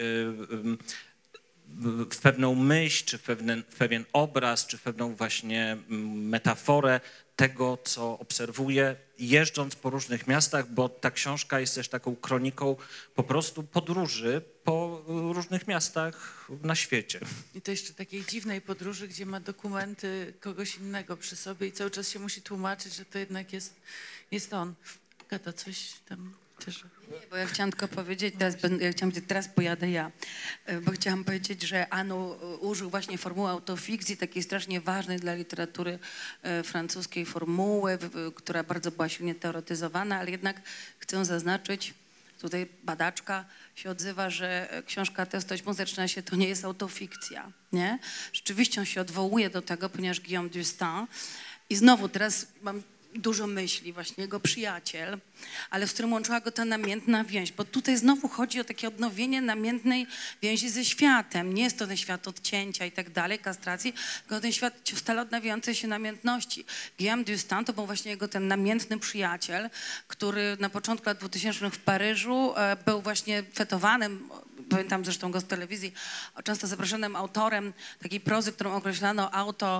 w pewną myśl, czy w pewien obraz, czy w pewną właśnie metaforę tego, co obserwuje, jeżdżąc po różnych miastach, bo ta książka jest też taką kroniką po prostu podróży po różnych miastach na świecie. I to jeszcze takiej dziwnej podróży, gdzie ma dokumenty kogoś innego przy sobie i cały czas się musi tłumaczyć, że to jednak jest on. Gada coś tam. Bo ja chciałam tylko powiedzieć, teraz pojadę ja, bo chciałam powiedzieć, że Anu użył właśnie formuły autofikcji, takiej strasznie ważnej dla literatury francuskiej formuły, która bardzo była silnie teoretyzowana, ale jednak chcę zaznaczyć, tutaj badaczka się odzywa, że książka Testoć zaczyna się, to nie jest autofikcja, nie? Rzeczywiście on się odwołuje do tego, ponieważ Guillaume d'Estaing i znowu teraz mam dużo myśli, właśnie jego przyjaciel, ale z którym łączyła go ta namiętna więź, bo tutaj znowu chodzi o takie odnowienie namiętnej więzi ze światem. Nie jest to ten świat odcięcia i tak dalej, kastracji, tylko ten świat stale odnawiającej się namiętności. Guillaume d'Estaing to był właśnie jego ten namiętny przyjaciel, który na początku lat 2000 w Paryżu był właśnie fetowanym, pamiętam zresztą go z telewizji, często zapraszanym autorem takiej prozy, którą określano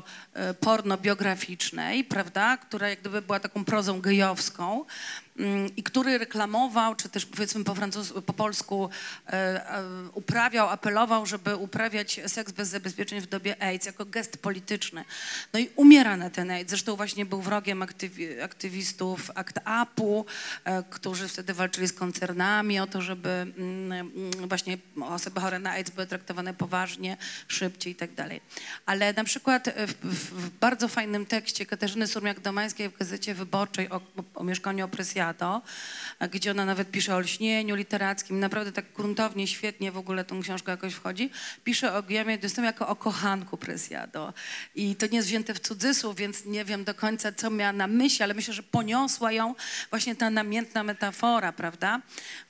pornobiograficznej, prawda, która jak gdyby była taką prozą gejowską i który reklamował, czy też powiedzmy po polsku apelował, żeby uprawiać seks bez zabezpieczeń w dobie AIDS jako gest polityczny. No i umiera na ten AIDS. Zresztą właśnie był wrogiem aktywistów ACT UP-u, którzy wtedy walczyli z koncernami o to, żeby właśnie osoby chore na AIDS były traktowane poważnie, szybciej i tak dalej. Ale na przykład w bardzo fajnym tekście Katarzyny Surmiak-Domańskiej w Gazecie Wyborczej o mieszkaniu Preciado, gdzie ona nawet pisze o lśnieniu literackim, naprawdę tak gruntownie, świetnie w ogóle tą książkę jakoś wchodzi, pisze o Guillaume d'Estaing jako o kochanku Preciado. I to nie jest wzięte w cudzysłów, więc nie wiem do końca, co miała na myśli, ale myślę, że poniosła ją właśnie ta namiętna metafora, prawda?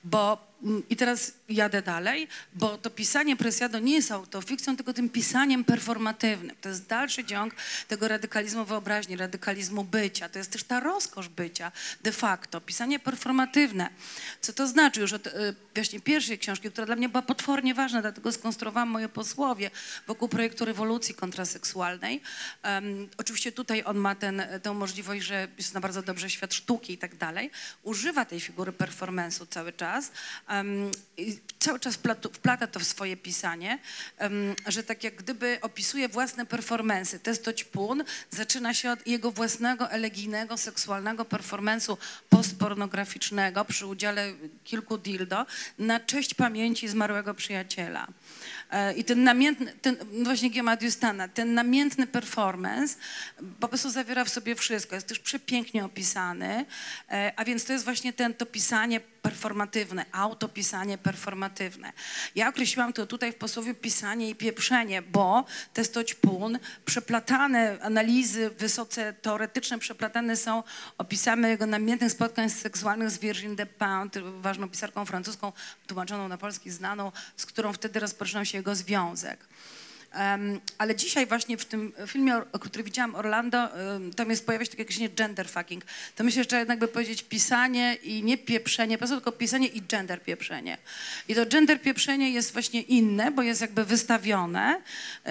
I teraz jadę dalej, bo to pisanie Preciado nie jest autofikcją, tylko tym pisaniem performatywnym. To jest dalszy ciąg tego radykalizmu wyobraźni, radykalizmu bycia. To jest też ta rozkosz bycia de facto, pisanie performatywne. Co to znaczy? Już od właśnie pierwszej książki, która dla mnie była potwornie ważna, dlatego skonstruowałam moje posłowie wokół projektu rewolucji kontraseksualnej. Oczywiście tutaj on ma tę możliwość, że zna bardzo dobrze świat sztuki i tak dalej. Używa tej figury performance'u cały czas. I cały czas wplata to w swoje pisanie, że tak jak gdyby opisuje własne performance'y. Testoć Pun zaczyna się od jego własnego elegijnego, seksualnego performance'u postpornograficznego przy udziale kilku dildo na cześć pamięci zmarłego przyjaciela. I ten namiętny, właśnie Guillaume'a d'Estainga, ten namiętny performance po prostu zawiera w sobie wszystko. Jest też przepięknie opisany, a więc to jest właśnie to pisanie performatywne, autopisanie performatywne. Ja określiłam to tutaj w posłowie pisanie i pieprzenie, bo Testoć Pun, przeplatane analizy wysoce teoretyczne, przeplatane są opisami jego namiętnych spotkań seksualnych z Virginie Despentes, ważną pisarką francuską, tłumaczoną na polski, znaną, z którą wtedy rozpoczynał się jego związek. Ale dzisiaj właśnie w tym filmie, który widziałam, Orlando, tam pojawia się takie określenie gender fucking. To myślę, że trzeba jednak by powiedzieć pisanie i nie pieprzenie, po prostu tylko pisanie i gender pieprzenie. I to gender pieprzenie jest właśnie inne, bo jest jakby wystawione.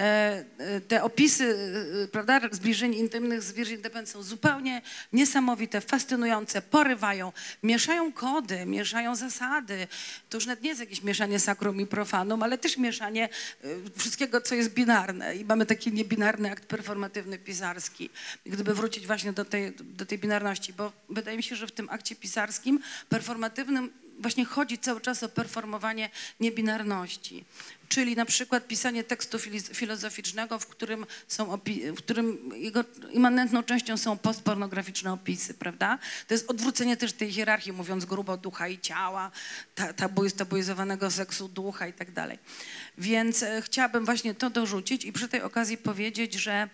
Te opisy, prawda, zbliżeń intymnych z Virgin Despentes są zupełnie niesamowite, fascynujące, porywają, mieszają kody, mieszają zasady. To już nawet nie jest jakieś mieszanie sakrum i profanum, ale też mieszanie wszystkiego, co jest binarne i mamy taki niebinarny akt performatywny pisarski. Gdyby wrócić właśnie do tej binarności, bo wydaje mi się, że w tym akcie pisarskim, performatywnym właśnie chodzi cały czas o performowanie niebinarności. Czyli na przykład pisanie tekstu filozoficznego, w którym jego immanentną częścią są postpornograficzne opisy, prawda? To jest odwrócenie też tej hierarchii, mówiąc grubo, ducha i ciała, tabuizowanego seksu ducha i tak dalej. Więc chciałabym właśnie to dorzucić i przy tej okazji powiedzieć, że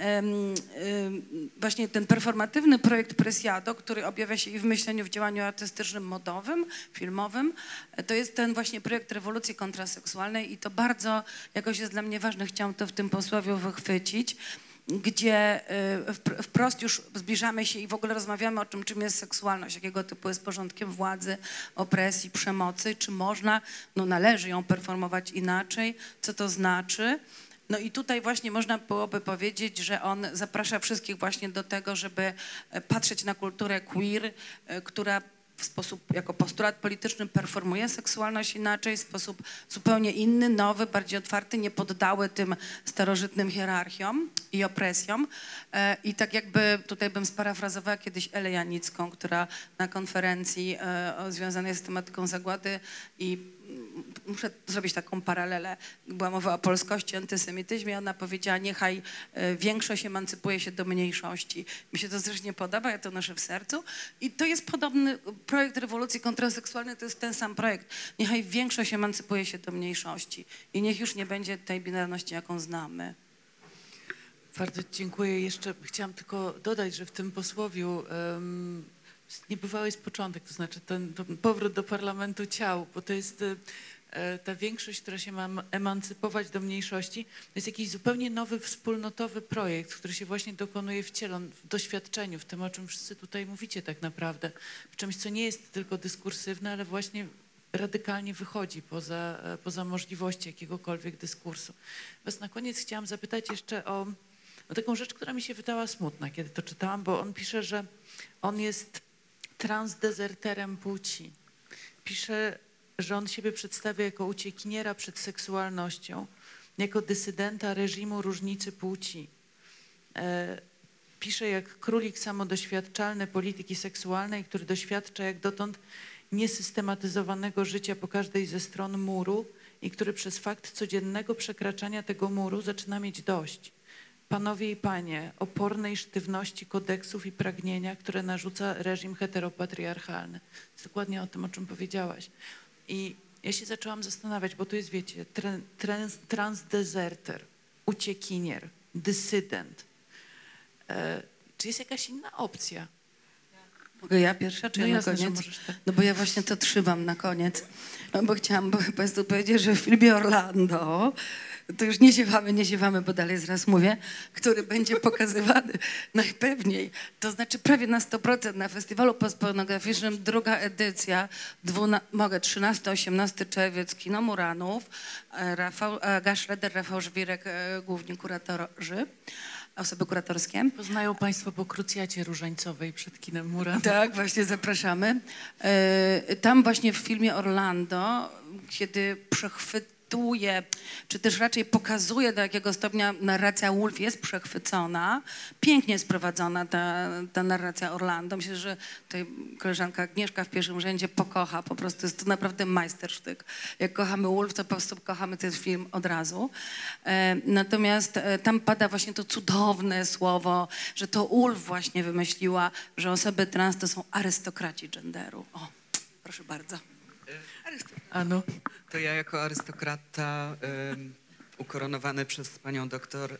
właśnie ten performatywny projekt Preciado, który objawia się i w myśleniu, w działaniu artystycznym, modowym, filmowym, to jest ten właśnie projekt rewolucji kontraseksualnej i to bardzo jakoś jest dla mnie ważne, chciałam to w tym posłowie wychwycić, gdzie wprost już zbliżamy się i w ogóle rozmawiamy o tym, czym jest seksualność, jakiego typu jest porządkiem władzy, opresji, przemocy, czy można, należy ją performować inaczej, co to znaczy. No i tutaj właśnie można byłoby powiedzieć, że on zaprasza wszystkich właśnie do tego, żeby patrzeć na kulturę queer, która w sposób, jako postulat polityczny performuje seksualność inaczej, w sposób zupełnie inny, nowy, bardziej otwarty, nie poddały tym starożytnym hierarchiom i opresjom. I tak jakby tutaj bym sparafrazowała kiedyś Elę Janicką, która na konferencji związanej z tematyką zagłady i muszę zrobić taką paralelę. Była mowa o polskości, antysemityzmie. Ona powiedziała, niechaj większość emancypuje się do mniejszości. Mi się to strasznie podoba, ja to noszę w sercu. I to jest podobny projekt rewolucji kontraseksualnej, to jest ten sam projekt. Niechaj większość emancypuje się do mniejszości. I niech już nie będzie tej binarności, jaką znamy. Bardzo dziękuję. Jeszcze chciałam tylko dodać, że w tym posłowiu niebywały jest początek, to znaczy ten powrót do parlamentu ciał, bo to jest ta większość, która się ma emancypować do mniejszości, to jest jakiś zupełnie nowy, wspólnotowy projekt, który się właśnie dokonuje w ciele, w doświadczeniu, w tym, o czym wszyscy tutaj mówicie tak naprawdę, w czymś, co nie jest tylko dyskursywne, ale właśnie radykalnie wychodzi poza możliwości jakiegokolwiek dyskursu. Was na koniec chciałam zapytać jeszcze o taką rzecz, która mi się wydała smutna, kiedy to czytałam, bo on pisze, że on jest transdezerterem płci. Pisze, że on siebie przedstawia jako uciekiniera przed seksualnością, jako dysydenta reżimu różnicy płci. Pisze jak królik samodoświadczalny polityki seksualnej, który doświadcza jak dotąd niesystematyzowanego życia po każdej ze stron muru i który przez fakt codziennego przekraczania tego muru zaczyna mieć dość. Panowie i panie, opornej sztywności kodeksów i pragnienia, które narzuca reżim heteropatriarchalny. To jest dokładnie o tym, o czym powiedziałaś. I ja się zaczęłam zastanawiać, bo to jest, wiecie, transdezerter, uciekinier, dysydent. Czy jest jakaś inna opcja? Mogę ja pierwsza, czy No ja jasne, na że koniec? możesz tak. No bo ja właśnie to trzymam na koniec. No bo chciałam Państwu powiedzieć, że w filmie Orlando, to już nie ziewamy, bo dalej zaraz mówię, który będzie pokazywany najpewniej, to znaczy prawie na 100% na festiwalu postpornograficznym, druga edycja, 13-18 czerwiec, Kino Muranów, Aga Schroeder, Rafał Żwirek, główni kuratorzy, osoby kuratorskie. Poznają Państwo po krucjacie różańcowej przed kinem Muran. Tak, właśnie zapraszamy. Tam właśnie w filmie Orlando, kiedy przechwytuje, czy też raczej pokazuje, do jakiego stopnia narracja Woolf jest przechwycona, pięknie jest prowadzona ta narracja Orlando. Myślę, że tutaj koleżanka Agnieszka w pierwszym rzędzie pokocha, po prostu jest to naprawdę majstersztyk. Jak kochamy Woolf, to po prostu kochamy ten film od razu. Natomiast tam pada właśnie to cudowne słowo, że to Woolf właśnie wymyśliła, że osoby trans to są arystokraci genderu. O, proszę bardzo. Ano. To ja jako arystokrata ukoronowany przez panią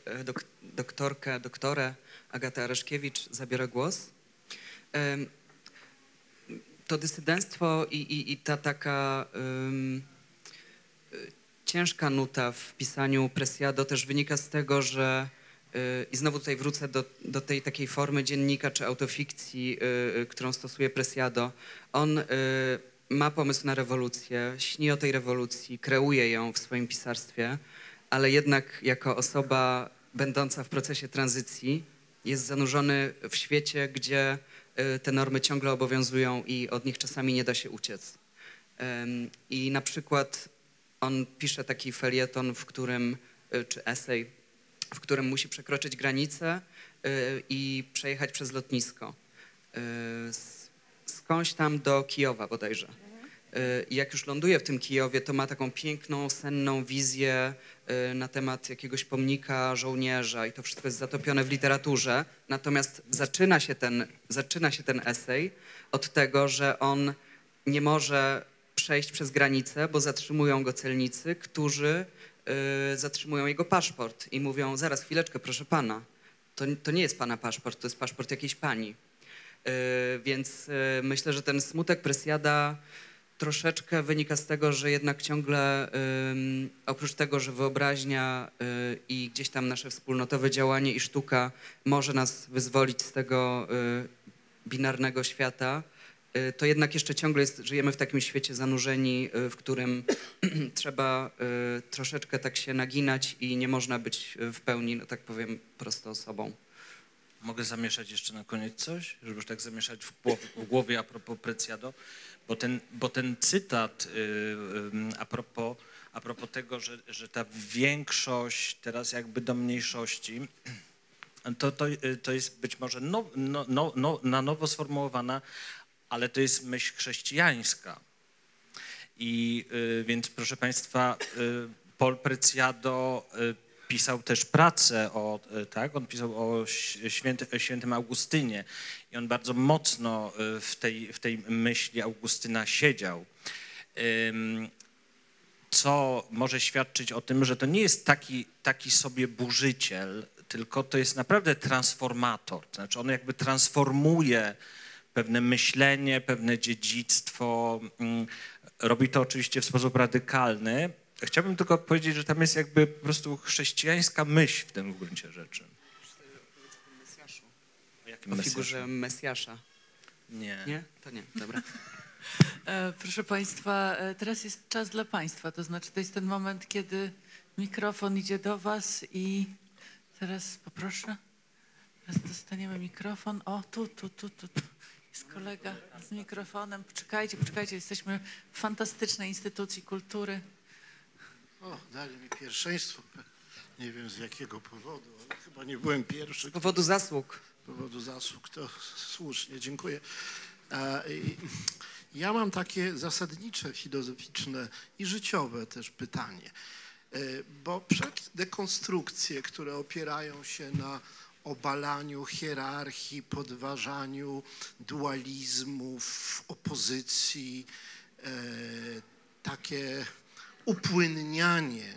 doktorę Agatę Areszkiewicz zabiorę głos. To dysydenctwo i ta taka ciężka nuta w pisaniu Preciado też wynika z tego, że i znowu tutaj wrócę do tej takiej formy dziennika czy autofikcji, którą stosuje Preciado. On ma pomysł na rewolucję, śni o tej rewolucji, kreuje ją w swoim pisarstwie, ale jednak jako osoba będąca w procesie tranzycji jest zanurzony w świecie, gdzie te normy ciągle obowiązują i od nich czasami nie da się uciec. I na przykład on pisze taki felieton, czy esej, w którym musi przekroczyć granicę i przejechać przez lotnisko. Skądś tam do Kijowa bodajże. I jak już ląduje w tym Kijowie, to ma taką piękną, senną wizję na temat jakiegoś pomnika żołnierza i to wszystko jest zatopione w literaturze. Natomiast zaczyna się ten esej od tego, że on nie może przejść przez granicę, bo zatrzymują go celnicy, którzy zatrzymują jego paszport i mówią: zaraz, chwileczkę, proszę pana, to nie jest pana paszport, to jest paszport jakiejś pani. Więc myślę, że ten smutek Preciada troszeczkę wynika z tego, że jednak ciągle oprócz tego, że wyobraźnia i gdzieś tam nasze wspólnotowe działanie i sztuka może nas wyzwolić z tego binarnego świata, to jednak jeszcze ciągle żyjemy w takim świecie zanurzeni, w którym trzeba troszeczkę tak się naginać i nie można być w pełni, no tak powiem, prosto sobą. Mogę zamieszać jeszcze na koniec coś, żeby już tak zamieszać w głowie a propos Preciado, bo ten cytat a propos tego, że ta większość teraz jakby do mniejszości, to jest być może na nowo sformułowana, ale to jest myśl chrześcijańska. I więc proszę Państwa, Paul Preciado pisał też pracę on pisał o świętym Augustynie i on bardzo mocno w tej myśli Augustyna siedział. Co może świadczyć o tym, że to nie jest taki sobie burzyciel, tylko to jest naprawdę transformator. To znaczy on jakby transformuje pewne myślenie, pewne dziedzictwo. Robi to oczywiście w sposób radykalny. Chciałbym tylko powiedzieć, że tam jest jakby po prostu chrześcijańska myśl w tym w gruncie rzeczy. O jakim O Mesjaszu? figurze Mesjasza. Nie. Nie? To nie, dobra. Proszę Państwa, teraz jest czas dla Państwa, to znaczy to jest ten moment, kiedy mikrofon idzie do Was i teraz poproszę, teraz dostaniemy mikrofon. O, tu jest kolega z mikrofonem. Poczekajcie, jesteśmy w fantastycznej instytucji kultury. O, dali mi pierwszeństwo. Nie wiem z jakiego powodu, ale chyba nie byłem pierwszy. Z powodu zasług. Z powodu zasług, to słusznie, dziękuję. Ja mam takie zasadnicze, filozoficzne i życiowe też pytanie, bo przez dekonstrukcje, które opierają się na obalaniu hierarchii, podważaniu dualizmów, opozycji, takie upłynnianie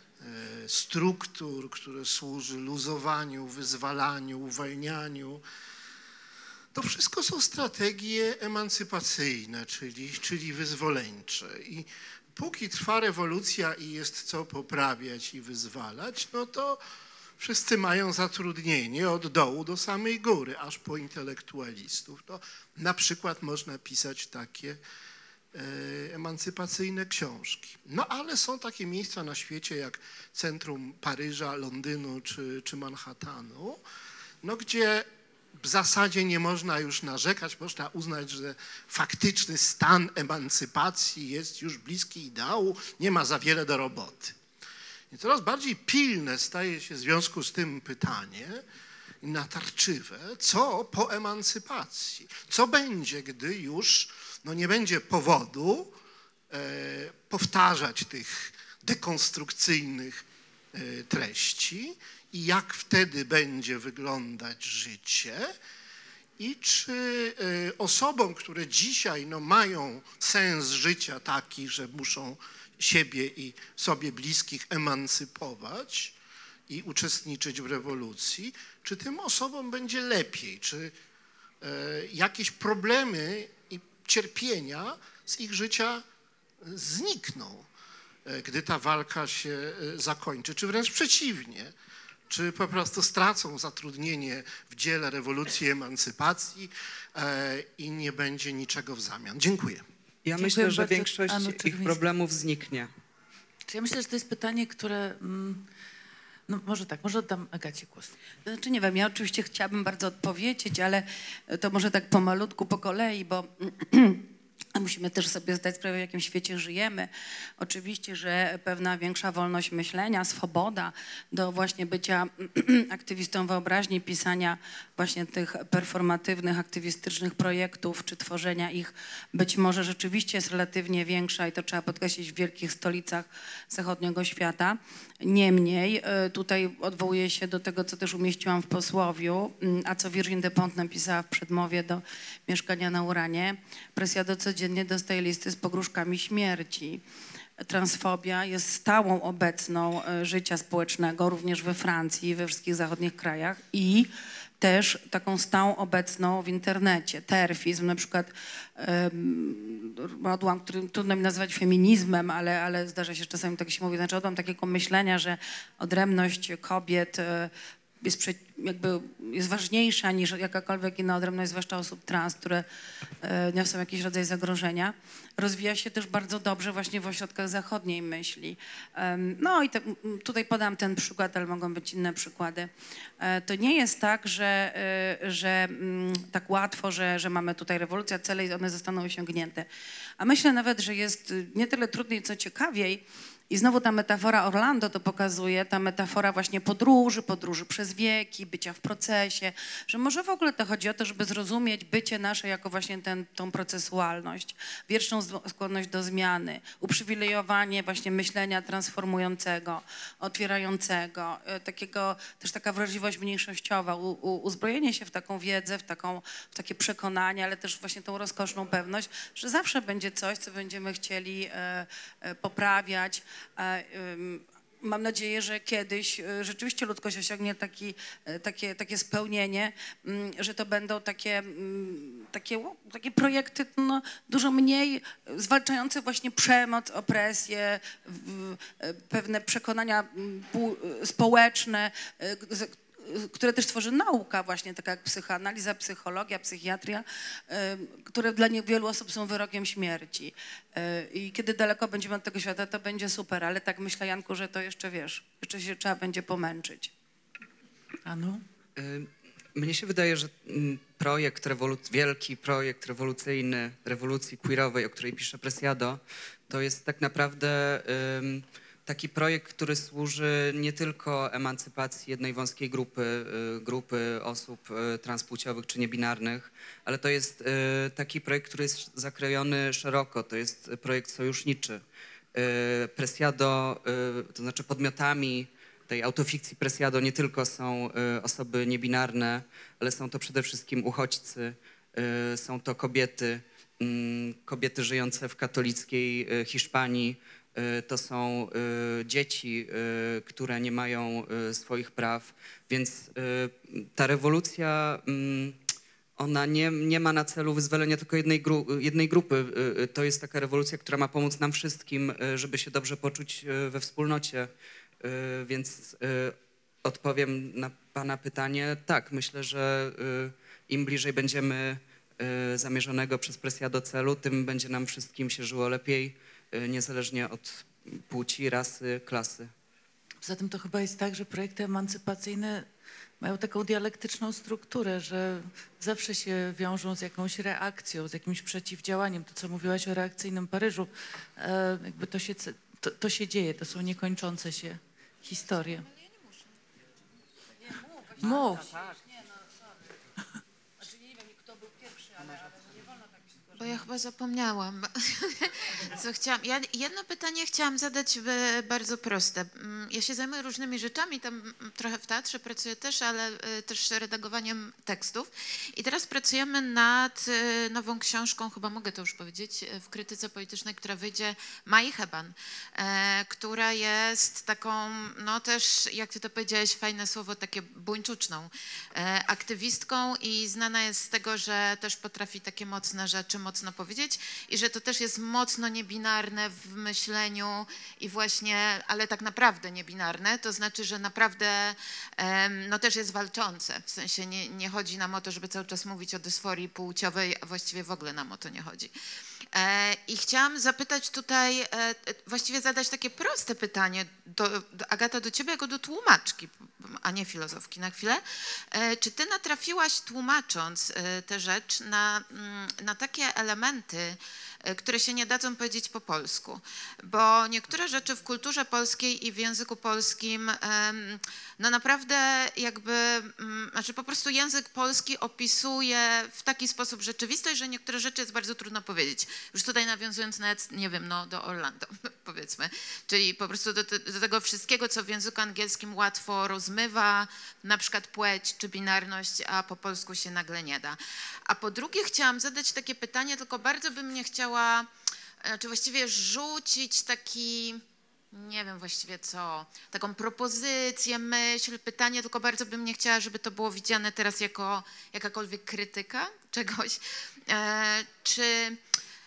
struktur, które służy luzowaniu, wyzwalaniu, uwalnianiu. To wszystko są strategie emancypacyjne, czyli wyzwoleńcze. I póki trwa rewolucja i jest co poprawiać i wyzwalać, no to wszyscy mają zatrudnienie od dołu do samej góry, aż po intelektualistów. To na przykład można pisać takie emancypacyjne książki. No ale są takie miejsca na świecie jak centrum Paryża, Londynu czy Manhattanu, no gdzie w zasadzie nie można już narzekać, można uznać, że faktyczny stan emancypacji jest już bliski ideału, nie ma za wiele do roboty. I coraz bardziej pilne staje się w związku z tym pytanie, natarczywe, co po emancypacji? Co będzie, gdy już nie będzie powodu powtarzać tych dekonstrukcyjnych treści i jak wtedy będzie wyglądać życie i czy osobom, które dzisiaj mają sens życia taki, że muszą siebie i sobie bliskich emancypować i uczestniczyć w rewolucji, czy tym osobom będzie lepiej, czy jakieś problemy i cierpienia z ich życia znikną, gdy ta walka się zakończy, czy wręcz przeciwnie, czy po prostu stracą zatrudnienie w dziele rewolucji i emancypacji i nie będzie niczego w zamian. Dziękuję. Ja Dziękuję myślę, że bardzo. większość Anu ich Czerwińska. problemów zniknie. Ja myślę, że to jest pytanie, które... No może tak, może oddam Agacie głos. Znaczy nie wiem, ja oczywiście chciałabym bardzo odpowiedzieć, ale to może tak pomalutku, po kolei, bo musimy też sobie zdać sprawę, w jakim świecie żyjemy. Oczywiście, że pewna większa wolność myślenia, swoboda do właśnie bycia aktywistą wyobraźni, pisania właśnie tych performatywnych, aktywistycznych projektów, czy tworzenia ich być może rzeczywiście jest relatywnie większa i to trzeba podkreślić w wielkich stolicach zachodniego świata. Niemniej tutaj odwołuję się do tego, co też umieściłam w posłowiu, a co Virginia Despentes napisała w przedmowie do Mieszkania na Uranie. Preciado codziennie dostaje listy z pogróżkami śmierci. Transfobia jest stałą obecną życia społecznego, również we Francji, we wszystkich zachodnich krajach i też taką stałą obecną w internecie. Terfizm, na przykład odłam, który trudno mi nazywać feminizmem, ale zdarza się czasami, tak się mówi, znaczy odłam takiego myślenia, że odrębność kobiet jest ważniejsza niż jakakolwiek inna odrębność, zwłaszcza osób trans, które niosą jakiś rodzaj zagrożenia. Rozwija się też bardzo dobrze właśnie w ośrodkach zachodniej myśli. No i tutaj podam ten przykład, ale mogą być inne przykłady. To nie jest tak, że tak łatwo, że mamy tutaj rewolucja, cele i one zostaną osiągnięte. A myślę nawet, że jest nie tyle trudniej, co ciekawiej. I znowu ta metafora Orlando to pokazuje, ta metafora właśnie podróży przez wieki, bycia w procesie, że może w ogóle to chodzi o to, żeby zrozumieć bycie nasze jako właśnie tą procesualność, wieczną skłonność do zmiany, uprzywilejowanie właśnie myślenia transformującego, otwierającego, taka wrażliwość mniejszościowa, uzbrojenie się w taką wiedzę, w takie przekonanie, ale też właśnie tą rozkoszną pewność, że zawsze będzie coś, co będziemy chcieli poprawiać. Mam nadzieję, że kiedyś rzeczywiście ludzkość osiągnie takie spełnienie, że to będą takie projekty no, dużo mniej zwalczające właśnie przemoc, opresję, pewne przekonania społeczne, które też tworzy nauka właśnie, taka jak psychoanaliza, psychologia, psychiatria, które dla wielu osób są wyrokiem śmierci. I kiedy daleko będziemy od tego świata, to będzie super, ale tak myślę, Janku, że to jeszcze jeszcze się trzeba będzie pomęczyć. Anu? Mnie się wydaje, że wielki projekt rewolucyjny, rewolucji queerowej, o której pisze Preciado, to jest tak naprawdę taki projekt, który służy nie tylko emancypacji jednej wąskiej grupy osób transpłciowych czy niebinarnych, ale to jest taki projekt, który jest zakrojony szeroko, to jest projekt sojuszniczy. Preciado, to znaczy podmiotami tej autofikcji Preciado nie tylko są osoby niebinarne, ale są to przede wszystkim uchodźcy, są to kobiety żyjące w katolickiej Hiszpanii, to są dzieci, które nie mają swoich praw, więc ta rewolucja, ona nie ma na celu wyzwolenia tylko jednej grupy. To jest taka rewolucja, która ma pomóc nam wszystkim, żeby się dobrze poczuć we wspólnocie. Więc odpowiem na pana pytanie. Tak, myślę, że im bliżej będziemy zamierzonego przez Preciado celu, tym będzie nam wszystkim się żyło lepiej, niezależnie od płci, rasy, klasy. Poza tym to chyba jest tak, że projekty emancypacyjne mają taką dialektyczną strukturę, że zawsze się wiążą z jakąś reakcją, z jakimś przeciwdziałaniem. To, co mówiłaś o reakcyjnym Paryżu, jakby to się dzieje, to są niekończące się historie. Mów. Bo ja chyba zapomniałam, co chciałam. Ja jedno pytanie chciałam zadać bardzo proste. Ja się zajmuję różnymi rzeczami, tam trochę w teatrze pracuję też, ale też redagowaniem tekstów. I teraz pracujemy nad nową książką, chyba mogę to już powiedzieć, w krytyce politycznej, która wyjdzie, Mai Heban, która jest taką, no też, jak ty to powiedziałeś, fajne słowo, takie buńczuczną aktywistką i znana jest z tego, że też potrafi takie mocne rzeczy mocno powiedzieć i że to też jest mocno niebinarne w myśleniu i właśnie, ale tak naprawdę niebinarne, to znaczy, że naprawdę no też jest walczące, w sensie nie chodzi nam o to, żeby cały czas mówić o dysforii płciowej, a właściwie w ogóle nam o to nie chodzi. I chciałam zapytać tutaj, właściwie zadać takie proste pytanie, Agata, do ciebie jako do tłumaczki, a nie filozofki na chwilę. Czy ty natrafiłaś, tłumacząc tę rzecz, na takie elementy, które się nie dadzą powiedzieć po polsku? Bo niektóre rzeczy w kulturze polskiej i w języku polskim, no naprawdę jakby, znaczy po prostu język polski opisuje w taki sposób rzeczywistość, że niektóre rzeczy jest bardzo trudno powiedzieć. Już tutaj nawiązując nawet, nie wiem, no do Orlando, powiedzmy. Czyli po prostu do tego wszystkiego, co w języku angielskim łatwo rozmywa, na przykład płeć czy binarność, a po polsku się nagle nie da. A po drugie chciałam zadać takie pytanie, tylko bardzo bym nie chciała, czy właściwie rzucić taki, nie wiem właściwie co, taką propozycję, myśl, pytanie, tylko bardzo bym nie chciała, żeby to było widziane teraz jako jakakolwiek krytyka czegoś.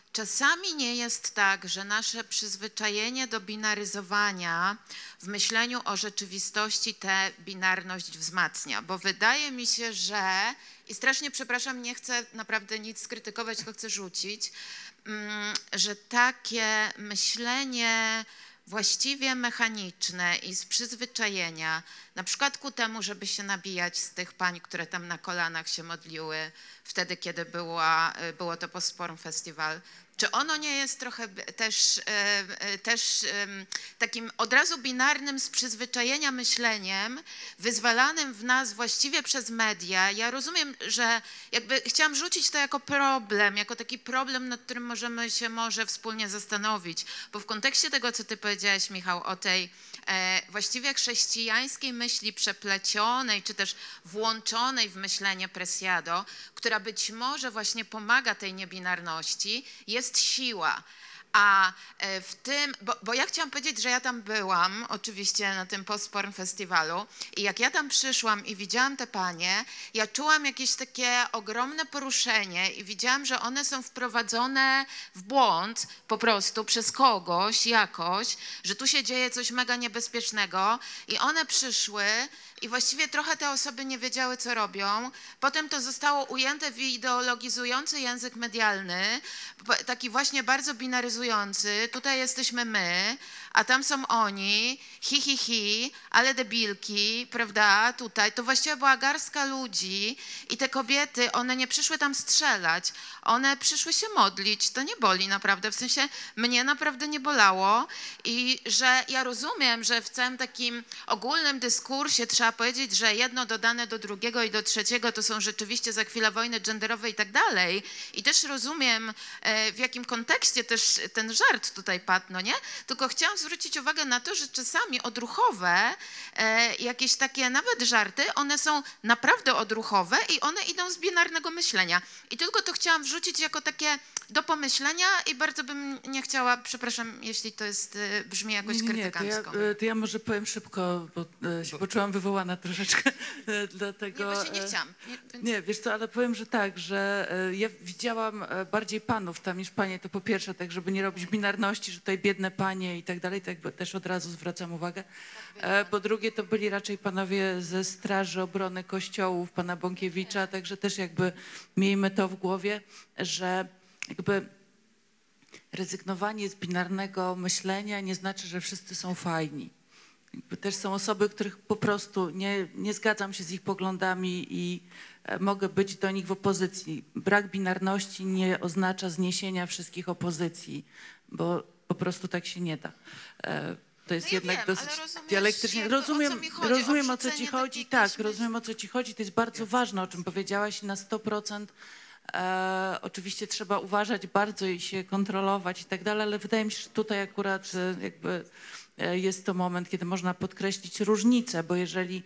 czasami nie jest tak, że nasze przyzwyczajenie do binaryzowania w myśleniu o rzeczywistości tę binarność wzmacnia, bo wydaje mi się, że, i strasznie przepraszam, nie chcę naprawdę nic skrytykować, tylko chcę rzucić, że takie myślenie właściwie mechaniczne i z przyzwyczajenia, na przykład ku temu, żeby się nabijać z tych pań, które tam na kolanach się modliły wtedy, kiedy było to Postporn Festival, czy ono nie jest trochę też takim od razu binarnym z przyzwyczajenia myśleniem, wyzwalanym w nas właściwie przez media? Ja rozumiem, że jakby chciałam rzucić to jako problem, jako taki problem, nad którym możemy się może wspólnie zastanowić, bo w kontekście tego, co ty powiedziałeś, Michał, o tej właściwie chrześcijańskiej myśli przeplecionej, czy też włączonej w myślenie Preciado, która być może właśnie pomaga tej niebinarności, jest siła. A w tym, bo ja chciałam powiedzieć, że ja tam byłam, oczywiście na tym Postporn Festiwalu, i jak ja tam przyszłam i widziałam te panie, ja czułam jakieś takie ogromne poruszenie i widziałam, że one są wprowadzone w błąd po prostu przez kogoś jakoś, że tu się dzieje coś mega niebezpiecznego i one przyszły i właściwie trochę te osoby nie wiedziały, co robią. Potem to zostało ujęte w ideologizujący język medialny, taki właśnie bardzo binaryzujący. Tutaj jesteśmy my, a tam są oni, hi, ale debilki, prawda, tutaj. To właściwie była garstka ludzi i te kobiety, one nie przyszły tam strzelać, one przyszły się modlić. To nie boli naprawdę, w sensie mnie naprawdę nie bolało i że ja rozumiem, że w całym takim ogólnym dyskursie trzeba powiedzieć, że jedno dodane do drugiego i do trzeciego to są rzeczywiście za chwilę wojny genderowe i tak dalej. I też rozumiem, w jakim kontekście też ten żart tutaj padł, no nie? Tylko chciałam zwrócić uwagę na to, że czasami odruchowe, jakieś takie nawet żarty, one są naprawdę odruchowe i one idą z binarnego myślenia. I tylko to chciałam wrzucić jako takie do pomyślenia i bardzo bym nie chciała, przepraszam, jeśli to jest, brzmi jakoś krytykancko. To ja może powiem szybko, bo się poczułam wywołana troszeczkę, dlatego... Nie, właśnie nie chciałam. Nie, wiesz co, ale powiem, że tak, że ja widziałam bardziej panów tam niż panie, to po pierwsze, tak żeby nie robić binarności, że tutaj biedne panie i tak dalej, tak też od razu zwracam uwagę. Po drugie, to byli raczej panowie ze Straży Obrony Kościołów, pana Bąkiewicza, także też jakby miejmy to w głowie, że jakby rezygnowanie z binarnego myślenia nie znaczy, że wszyscy są fajni. Jakby też są osoby, których po prostu nie zgadzam się z ich poglądami i mogę być do nich w opozycji. Brak binarności nie oznacza zniesienia wszystkich opozycji, bo po prostu tak się nie da. To jest No ja jednak wiem, dosyć ale rozumiesz, dialektycznie. jakby o co mi chodzi, Rozumiem, o co ci odrzucenie chodzi. takich Tak, myśli. rozumiem, o co ci chodzi. To jest bardzo ważne, o czym powiedziałaś, na 100%. Oczywiście trzeba uważać bardzo i się kontrolować i tak dalej, ale wydaje mi się, że tutaj akurat jakby jest to moment, kiedy można podkreślić różnice, bo jeżeli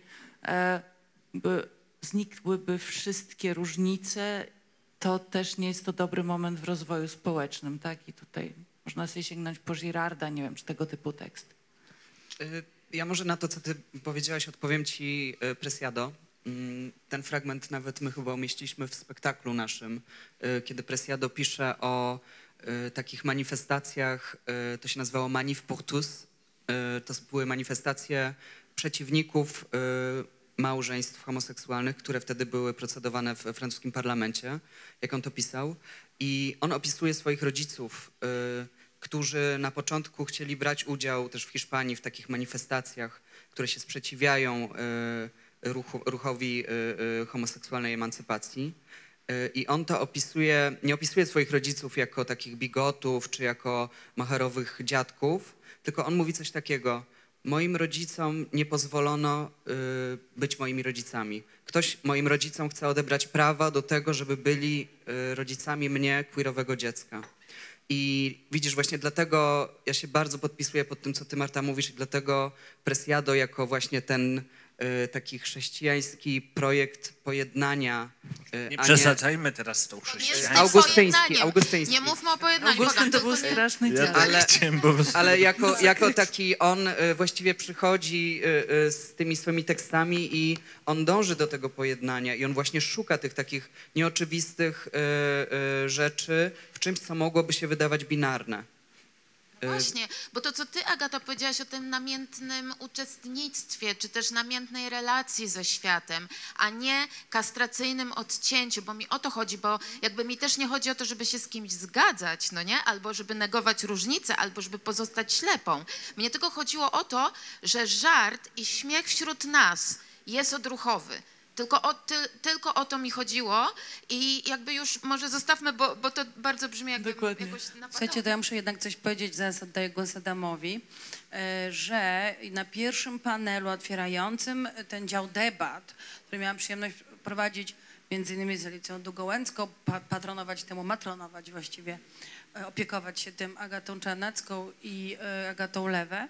znikłyby wszystkie różnice, to też nie jest to dobry moment w rozwoju społecznym, tak? I tutaj można sobie sięgnąć po Girarda, nie wiem, czy tego typu tekst. Ja może na to, co ty powiedziałaś, odpowiem ci Preciado. Ten fragment nawet my chyba umieściliśmy w spektaklu naszym, kiedy Preciado pisze o takich manifestacjach, to się nazywało Manif pour tous. To były manifestacje przeciwników małżeństw homoseksualnych, które wtedy były procedowane w francuskim parlamencie, jak on to pisał. I on opisuje swoich rodziców, którzy na początku chcieli brać udział też w Hiszpanii w takich manifestacjach, które się sprzeciwiają ruchowi homoseksualnej emancypacji. I on to opisuje, nie opisuje swoich rodziców jako takich bigotów czy jako macherowych dziadków, tylko on mówi coś takiego: moim rodzicom nie pozwolono być moimi rodzicami. Ktoś moim rodzicom chce odebrać prawa do tego, żeby byli rodzicami mnie, queerowego dziecka. I widzisz, właśnie dlatego ja się bardzo podpisuję pod tym, co ty, Marta, mówisz, i dlatego Preciado jako właśnie ten taki chrześcijański projekt pojednania, Nie a przesadzajmy teraz z tą Nie z chrześcijaństwem. tym Augustyński, pojednaniem. Augustyński. Nie mówmy o pojednaniu. Augustyn to był Bogdan, straszny Ja dziadek. Ale- chciałem po prostu... Ale jako taki on właściwie przychodzi z tymi swoimi tekstami i on dąży do tego pojednania i on właśnie szuka tych takich nieoczywistych rzeczy w czymś, co mogłoby się wydawać binarne. Właśnie, bo to, co ty, Agata, powiedziałaś o tym namiętnym uczestnictwie, czy też namiętnej relacji ze światem, a nie kastracyjnym odcięciu, bo mi o to chodzi, bo jakby mi też nie chodzi o to, żeby się z kimś zgadzać, no nie? Albo żeby negować różnice, albo żeby pozostać ślepą. Mnie tylko chodziło o to, że żart i śmiech wśród nas jest odruchowy. Tylko o to mi chodziło i jakby już może zostawmy, bo to bardzo brzmi jakby Dokładnie. jakoś napadowo. Słuchajcie, to ja muszę jednak coś powiedzieć, zaraz oddaję głos Adamowi, że na pierwszym panelu otwierającym ten dział debat, który miałam przyjemność prowadzić między innymi z Alicją Długołęcką, patronować temu, matronować właściwie, opiekować się tym Agatą Czarnecką i Agatą Lewę.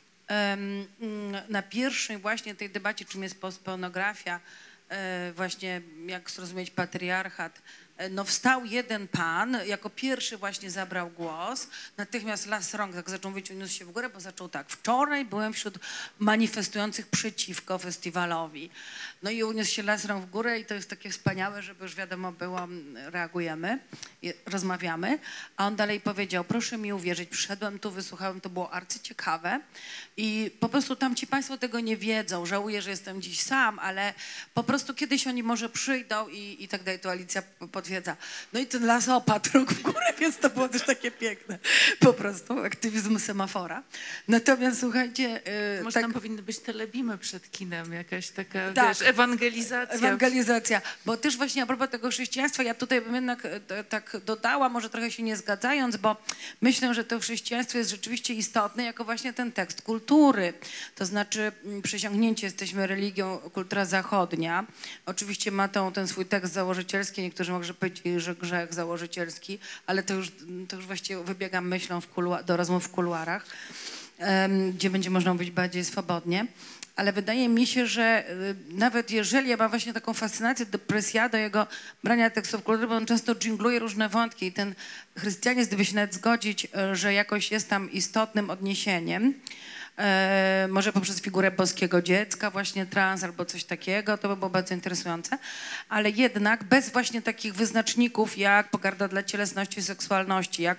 Na pierwszej właśnie tej debacie, czym jest postpornografia, właśnie jak zrozumieć patriarchat, no wstał jeden pan, jako pierwszy właśnie zabrał głos, natychmiast las rąk, jak zaczął mówić, uniósł się w górę, bo zaczął tak: wczoraj byłem wśród manifestujących przeciwko festiwalowi. No i uniósł się las rąk w górę i to jest takie wspaniałe, żeby już wiadomo było, reagujemy, rozmawiamy. A on dalej powiedział: proszę mi uwierzyć, przyszedłem tu, wysłuchałem, to było arcyciekawe i po prostu tamci państwo tego nie wiedzą. Żałuję, że jestem dziś sam, ale po prostu kiedyś oni może przyjdą i tak dalej. To Alicja potwierdza. No i ten las opadł rąk w górę, więc to było też takie piękne. Po prostu aktywizm semafora. Natomiast słuchajcie... Może tak, tam powinny być telebimy przed kinem, jakaś taka, Tak. wiesz, ewangelizacja. Ewangelizacja, bo też właśnie a propos tego chrześcijaństwa, ja tutaj bym jednak tak dodała, może trochę się nie zgadzając, bo myślę, że to chrześcijaństwo jest rzeczywiście istotne jako właśnie ten tekst kultury. To znaczy przysiągnięcie, jesteśmy religią, kultura zachodnia. Oczywiście ma ten swój tekst założycielski, niektórzy mogą powiedzieć, że grzech założycielski, ale to już właściwie wybiegam myślą do rozmów w kuluarach, gdzie będzie można mówić bardziej swobodnie. Ale wydaje mi się, że nawet jeżeli ja mam właśnie taką fascynację do Preciado, jego brania tekstów kultury, bo on często dżingluje różne wątki i ten chrystianizm, gdyby się nawet zgodzić, że jakoś jest tam istotnym odniesieniem, może poprzez figurę boskiego dziecka, właśnie trans albo coś takiego, to by było bardzo interesujące, ale jednak bez właśnie takich wyznaczników jak pogarda dla cielesności i seksualności, jak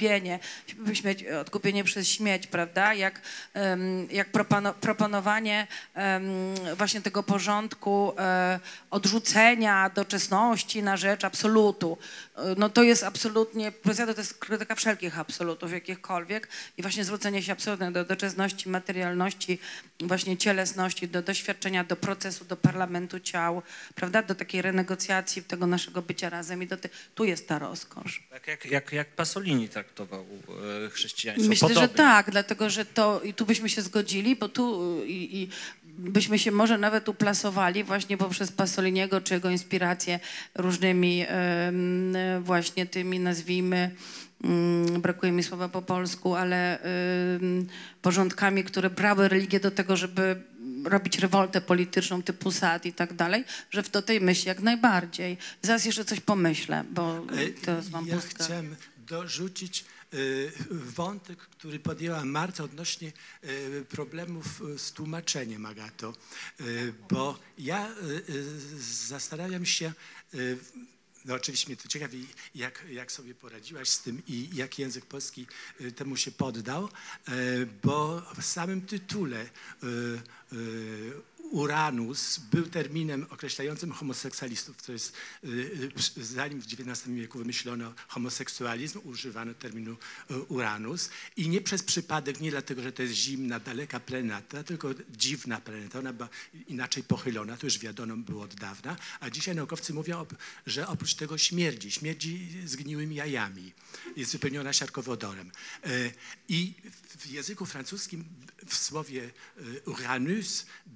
odkupienie przez śmieć, prawda, jak proponowanie właśnie tego porządku odrzucenia doczesności na rzecz absolutu. No to jest absolutnie, to jest krytyka wszelkich absolutów, jakichkolwiek i właśnie zwrócenie się absolutnie do doczesności, materialności, właśnie cielesności, do doświadczenia, do procesu, do parlamentu ciał, prawda, do takiej renegocjacji tego naszego bycia razem i tu jest ta rozkosz. Tak jak Pasolini traktował chrześcijaństwo. Myślę, Podobnie. że tak, dlatego że to i tu byśmy się zgodzili, bo tu i byśmy się może nawet uplasowali właśnie poprzez Pasoliniego czy jego inspirację różnymi właśnie tymi, nazwijmy, brakuje mi słowa po polsku, ale porządkami, które brały religię do tego, żeby robić rewoltę polityczną typu Sad i tak dalej, że do tej myśli jak najbardziej. Zaraz jeszcze coś pomyślę, bo teraz mam pustkę. Chciałem dorzucić wątek, który podjęła Marta odnośnie problemów z tłumaczeniem, Agato, bo ja zastanawiam się, no oczywiście mnie to ciekawi, jak sobie poradziłaś z tym i jak język polski temu się poddał, bo w samym tytule Uranus był terminem określającym homoseksualistów, to jest, zanim w XIX wieku wymyślono homoseksualizm, używano terminu Uranus i nie przez przypadek, nie dlatego, że to jest zimna, daleka planeta, tylko dziwna planeta, ona była inaczej pochylona, to już wiadomo było od dawna, a dzisiaj naukowcy mówią, że oprócz tego śmierdzi zgniłymi jajami, jest wypełniona siarkowodorem. I w języku francuskim w słowie Uranus brzmi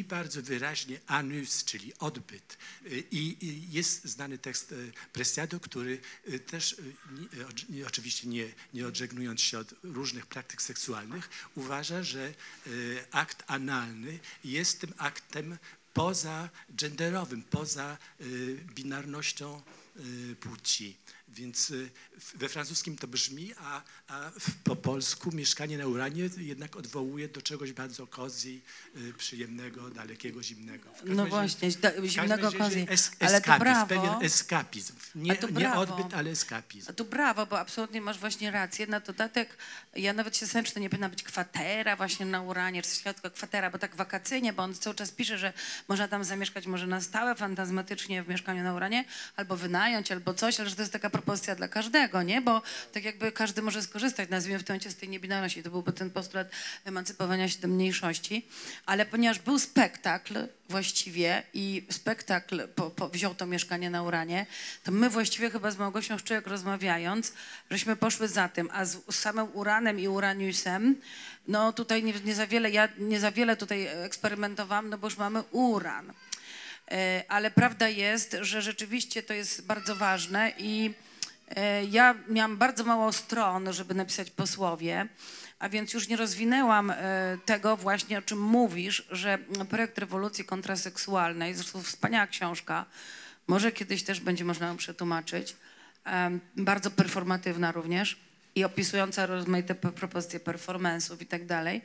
brzmi bardzo wyraźnie anus, czyli odbyt. I jest znany tekst Preciado, który też, oczywiście nie odżegnując się od różnych praktyk seksualnych, uważa, że akt analny jest tym aktem poza genderowym, poza binarnością płci. Więc we francuskim to brzmi, a po polsku mieszkanie na uranie jednak odwołuje do czegoś bardzo cozy, przyjemnego, dalekiego, zimnego. No właśnie, zimnego cozy. Ale to Eskapizm, brawo. pewien eskapizm. Nie odbyt, ale eskapizm. A tu brawo, bo absolutnie masz właśnie rację. Na dodatek, ja nawet się zastanawiam, czy to nie powinna być kwatera właśnie na uranie, czy coś takiego, tylko kwatera, bo tak wakacyjnie, bo on cały czas pisze, że można tam zamieszkać może na stałe, fantazmatycznie w mieszkaniu na uranie, albo wynająć, albo coś, ale że to jest taka propozycja dla każdego, nie? Bo tak jakby każdy może skorzystać, nazwijmy w tym momencie, z tej niebinarności. To byłby ten postulat emancypowania się do mniejszości. Ale ponieważ był spektakl właściwie i spektakl wziął to mieszkanie na uranie, to my właściwie chyba z Małgosią Szczurek rozmawiając, żeśmy poszły za tym, a z samym uranem i uraniusem, no tutaj ja nie za wiele tutaj eksperymentowałam, no bo już mamy uran. Ale prawda jest, że rzeczywiście to jest bardzo ważne i ja miałam bardzo mało stron, żeby napisać posłowie, a więc już nie rozwinęłam tego właśnie, o czym mówisz, że projekt rewolucji kontraseksualnej, zresztą wspaniała książka, może kiedyś też będzie można ją przetłumaczyć, bardzo performatywna również i opisująca rozmaite propozycje performance'ów i tak dalej.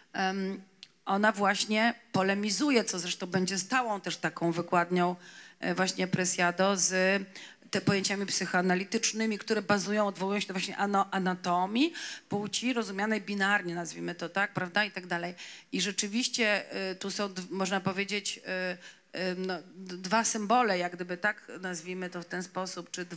Ona właśnie polemizuje, co zresztą będzie stałą też taką wykładnią właśnie Preciado z te pojęciami psychoanalitycznymi, które bazują, odwołują się do właśnie anatomii płci rozumianej binarnie, nazwijmy to tak, prawda, i tak dalej. I rzeczywiście tu są, można powiedzieć, no, dwa symbole, jak gdyby tak nazwijmy to w ten sposób, czy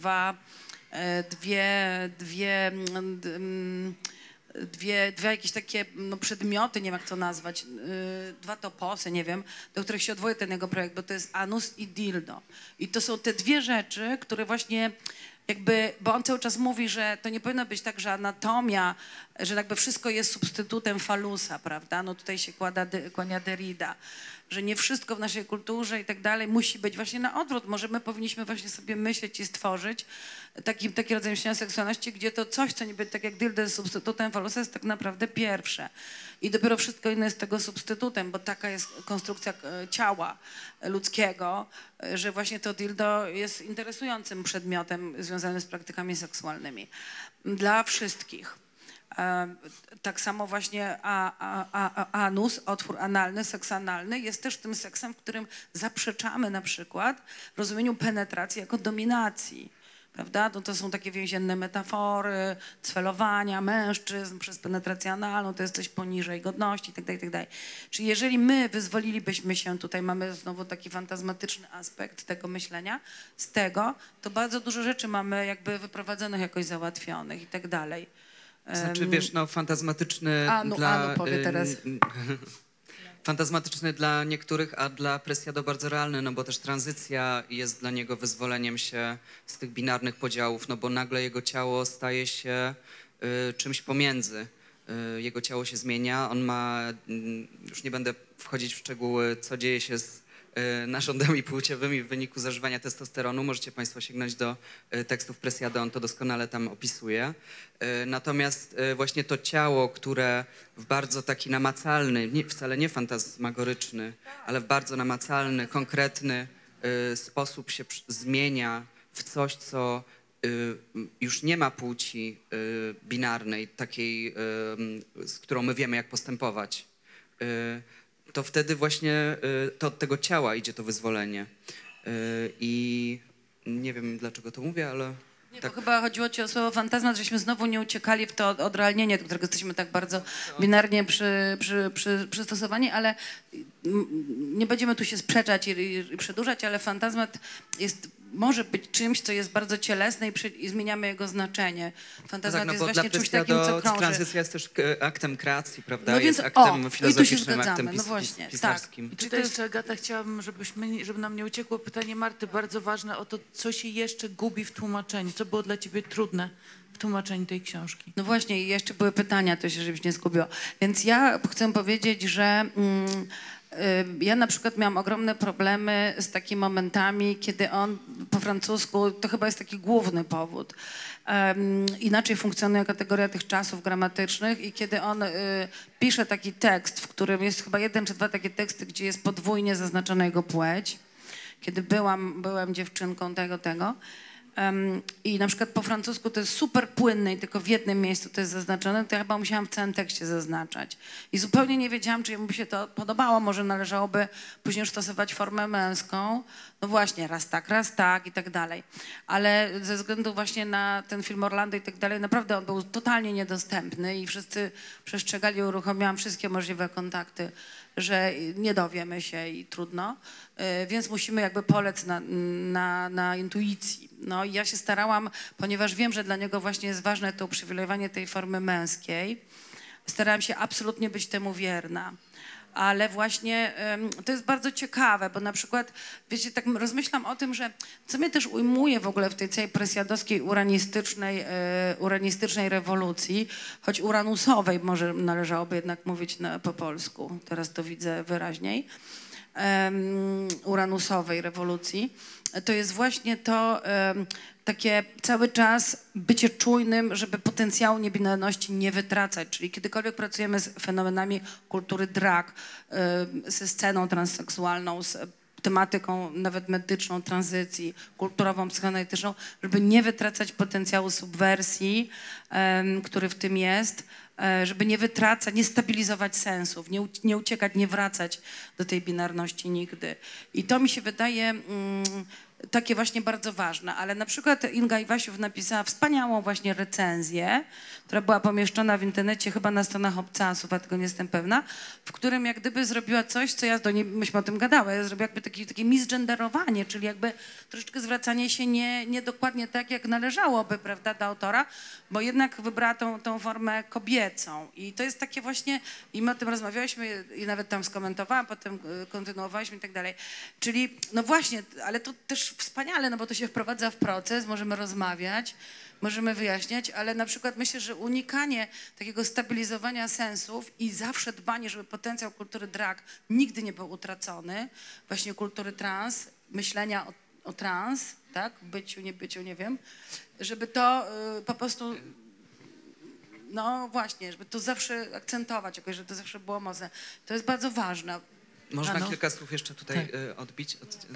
dwie jakieś takie no, przedmioty, nie wiem jak to nazwać, dwa toposy, nie wiem, do których się odwołuje ten jego projekt, bo to jest anus i dildo. I to są te dwie rzeczy, które właśnie jakby, bo on cały czas mówi, że to nie powinno być tak, że anatomia, że jakby wszystko jest substytutem falusa, prawda? No tutaj się kłania Derrida, że nie wszystko w naszej kulturze i tak dalej musi być właśnie na odwrót. Może my powinniśmy właśnie sobie myśleć i stworzyć taki rodzaj myślenia seksualności, gdzie to coś, co niby tak jak dildo jest substytutem falusa, jest tak naprawdę pierwsze. I dopiero wszystko inne jest tego substytutem, bo taka jest konstrukcja ciała ludzkiego, że właśnie to dildo jest interesującym przedmiotem związanym z praktykami seksualnymi. Dla wszystkich. Tak samo właśnie anus, otwór analny, seks analny jest też tym seksem, w którym zaprzeczamy na przykład rozumieniu penetracji jako dominacji. Prawda? No to są takie więzienne metafory, cwelowania mężczyzn przez penetrację analną, to jest coś poniżej godności itd., itd. Czyli jeżeli my wyzwolilibyśmy się, tutaj mamy znowu taki fantazmatyczny aspekt tego myślenia, z tego, to bardzo dużo rzeczy mamy jakby wyprowadzonych, jakoś załatwionych i tak dalej. Znaczy, wiesz, no fantazmatyczny powie teraz. Fantazmatyczny dla niektórych, a dla Preciado bardzo realny, no bo też tranzycja jest dla niego wyzwoleniem się z tych binarnych podziałów, no bo nagle jego ciało staje się czymś pomiędzy. Jego ciało się zmienia, on ma, już nie będę wchodzić w szczegóły, co dzieje się z narządami płciowymi w wyniku zażywania testosteronu. Możecie Państwo sięgnąć do tekstów Preciado, on to doskonale tam opisuje. Natomiast właśnie to ciało, które w bardzo taki namacalny, wcale nie fantazmagoryczny, ale w bardzo namacalny, konkretny sposób się zmienia w coś, co już nie ma płci binarnej, takiej, z którą my wiemy, jak postępować, to wtedy właśnie to od tego ciała idzie to wyzwolenie. I nie wiem, dlaczego to mówię, ale... Nie, tak. bo chyba chodziło ci o słowo fantazmat, żeśmy znowu nie uciekali w to odrealnienie, do którego jesteśmy tak bardzo binarnie przystosowani, ale nie będziemy tu się sprzeczać i przedłużać, ale fantazmat może być czymś, co jest bardzo cielesne i zmieniamy jego znaczenie. Fantazmat jest właśnie czymś takim, co krąży. Tranzycja jest też aktem kreacji, prawda? No więc, jest aktem i tu się filozoficznym, zgadzamy. aktem No właśnie, pisarskim. tak. I tutaj jeszcze, Agata, chciałabym, żeby nam nie uciekło pytanie Marty, bardzo ważne o to, co się jeszcze gubi w tłumaczeniu. Co było dla ciebie trudne w tłumaczeniu tej książki? No właśnie, i jeszcze były pytania, to się żebyś nie zgubiło. Więc ja chcę powiedzieć, że Ja na przykład miałam ogromne problemy z takimi momentami, kiedy on po francusku, to chyba jest taki główny powód, inaczej funkcjonuje kategoria tych czasów gramatycznych i kiedy on pisze taki tekst, w którym jest chyba 1 czy 2 takie teksty, gdzie jest podwójnie zaznaczona jego płeć, kiedy byłem dziewczynką tego. I na przykład po francusku to jest super płynne i tylko w jednym miejscu to jest zaznaczone, to ja chyba musiałam w całym tekście zaznaczać. I zupełnie nie wiedziałam, czy mi się to podobało, może należałoby później już stosować formę męską. No właśnie, raz tak i tak dalej. Ale ze względu właśnie na ten film Orlando i tak dalej, naprawdę on był totalnie niedostępny i wszyscy przestrzegali, uruchomiłam wszystkie możliwe kontakty, że nie dowiemy się i trudno, więc musimy jakby polec na intuicji. No i ja się starałam, ponieważ wiem, że dla niego właśnie jest ważne to uprzywilejowanie tej formy męskiej, starałam się absolutnie być temu wierna. Ale właśnie to jest bardzo ciekawe, bo na przykład, wiecie, tak rozmyślam o tym, że co mnie też ujmuje w ogóle w tej całej presjadowskiej uranistycznej rewolucji, choć uranusowej może należałoby jednak mówić po polsku, teraz to widzę wyraźniej, uranusowej rewolucji, to jest właśnie to takie cały czas bycie czujnym, żeby potencjału niebinarności nie wytracać. Czyli kiedykolwiek pracujemy z fenomenami kultury drag, ze sceną transseksualną, z tematyką nawet medyczną, tranzycji, kulturową, psychoanalityczną, żeby nie wytracać potencjału subwersji, który w tym jest, żeby nie wytracać, nie stabilizować sensów, nie uciekać, nie wracać do tej binarności nigdy. I to mi się wydaje takie właśnie bardzo ważne. Ale na przykład Inga Iwasiów napisała wspaniałą właśnie recenzję, która była pomieszczona w internecie, chyba na stronach Obcasów, a tego nie jestem pewna, w którym jak gdyby zrobiła coś, co ja do niej, myśmy o tym gadały, zrobiła jakby takie misgenderowanie, czyli jakby troszeczkę zwracanie się nie dokładnie tak, jak należałoby, prawda, do autora, bo jednak wybrała tą formę kobiecą. I to jest takie właśnie, i my o tym rozmawialiśmy i nawet tam skomentowałam, potem kontynuowaliśmy i tak dalej. Czyli, no właśnie, ale to też wspaniale, no bo to się wprowadza w proces, możemy rozmawiać, możemy wyjaśniać, ale na przykład myślę, że unikanie takiego stabilizowania sensów i zawsze dbanie, żeby potencjał kultury drag nigdy nie był utracony, właśnie kultury trans, myślenia o trans, tak, byciu, nie wiem, żeby to po prostu, no właśnie, żeby to zawsze akcentować jakoś, żeby to zawsze było mocne. To jest bardzo ważne. Można kilka słów jeszcze tutaj odbić?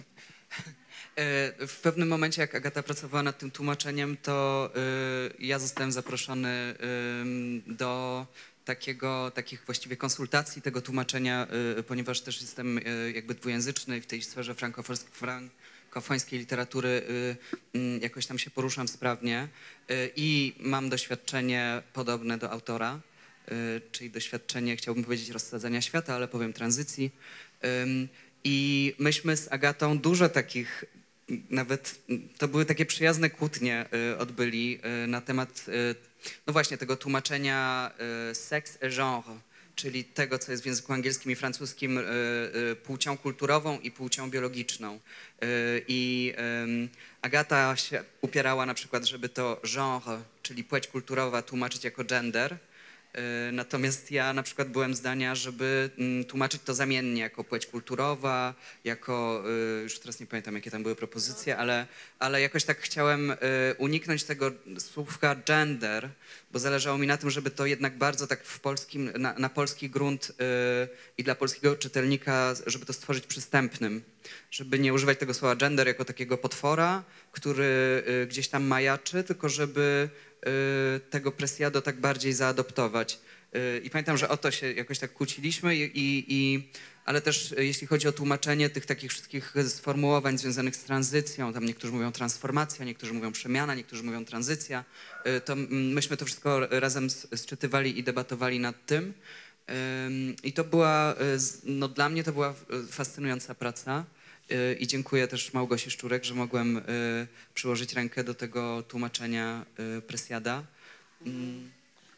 W pewnym momencie, jak Agata pracowała nad tym tłumaczeniem, to ja zostałem zaproszony do takich właściwie konsultacji tego tłumaczenia, ponieważ też jestem jakby dwujęzyczny i w tej sferze frankofońskiej literatury jakoś tam się poruszam sprawnie i mam doświadczenie podobne do autora, czyli doświadczenie, chciałbym powiedzieć, rozsadzania świata, ale powiem tranzycji. I myśmy z Agatą dużo takich, nawet to były takie przyjazne kłótnie odbyli na temat, no właśnie, tego tłumaczenia sexe et genre, czyli tego, co jest w języku angielskim i francuskim płcią kulturową i płcią biologiczną. I Agata się upierała na przykład, żeby to genre, czyli płeć kulturowa, tłumaczyć jako gender. Natomiast ja na przykład byłem zdania, żeby tłumaczyć to zamiennie jako płeć kulturowa, jako, już teraz nie pamiętam jakie tam były propozycje, ale jakoś tak chciałem uniknąć tego słówka gender, bo zależało mi na tym, żeby to jednak bardzo tak w polskim, na polski grunt i dla polskiego czytelnika, żeby to stworzyć przystępnym, żeby nie używać tego słowa gender jako takiego potwora, który gdzieś tam majaczy, tylko żeby tego Preciado tak bardziej zaadoptować. I pamiętam, że o to się jakoś tak kłóciliśmy, ale też jeśli chodzi o tłumaczenie tych takich wszystkich sformułowań związanych z tranzycją, tam niektórzy mówią transformacja, niektórzy mówią przemiana, niektórzy mówią tranzycja, to myśmy to wszystko razem sczytywali i debatowali nad tym. I to była, no dla mnie to była fascynująca praca. I dziękuję też Małgosi Szczurek, że mogłem przyłożyć rękę do tego tłumaczenia Preciada.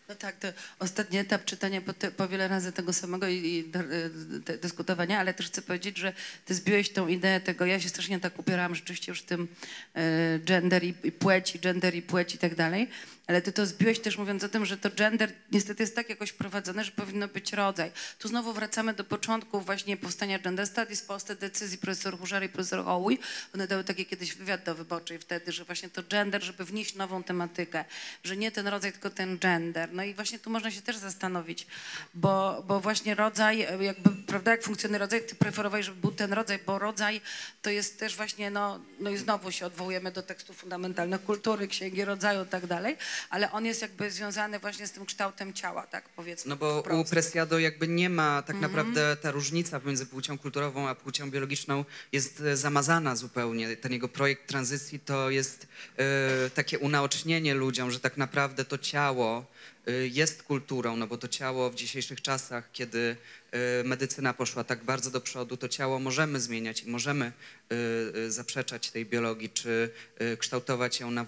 No tak, to ostatni etap czytania po wiele razy tego samego i dyskutowania, ale też chcę powiedzieć, że ty zbiłeś tą ideę tego, ja się strasznie tak upierałam rzeczywiście już w tym gender i płeć i tak dalej, ale ty to zbiłeś też mówiąc o tym, że to gender niestety jest tak jakoś prowadzone, że powinno być rodzaj. Tu znowu wracamy do początku właśnie powstania Gender Studies, po tej decyzji profesor Huszary i profesor Hołuj. One dały taki kiedyś wywiad do Wyborczej wtedy, że właśnie to gender, żeby wnieść nową tematykę, że nie ten rodzaj, tylko ten gender. No i właśnie tu można się też zastanowić, bo właśnie rodzaj, jakby, prawda, jak funkcjonuje rodzaj, ty preferowałeś, żeby był ten rodzaj, bo rodzaj to jest też właśnie, no i znowu się odwołujemy do tekstów fundamentalnych kultury, księgi rodzaju i tak dalej, ale on jest jakby związany właśnie z tym kształtem ciała, tak powiedzmy. No bo wprost. u Preciado jakby nie ma tak naprawdę ta różnica pomiędzy płcią kulturową a płcią biologiczną jest zamazana zupełnie. Ten jego projekt tranzycji to jest takie unaocznienie ludziom, że tak naprawdę to ciało jest kulturą, no bo to ciało w dzisiejszych czasach, kiedy medycyna poszła tak bardzo do przodu, to ciało możemy zmieniać i możemy zaprzeczać tej biologii, czy kształtować ją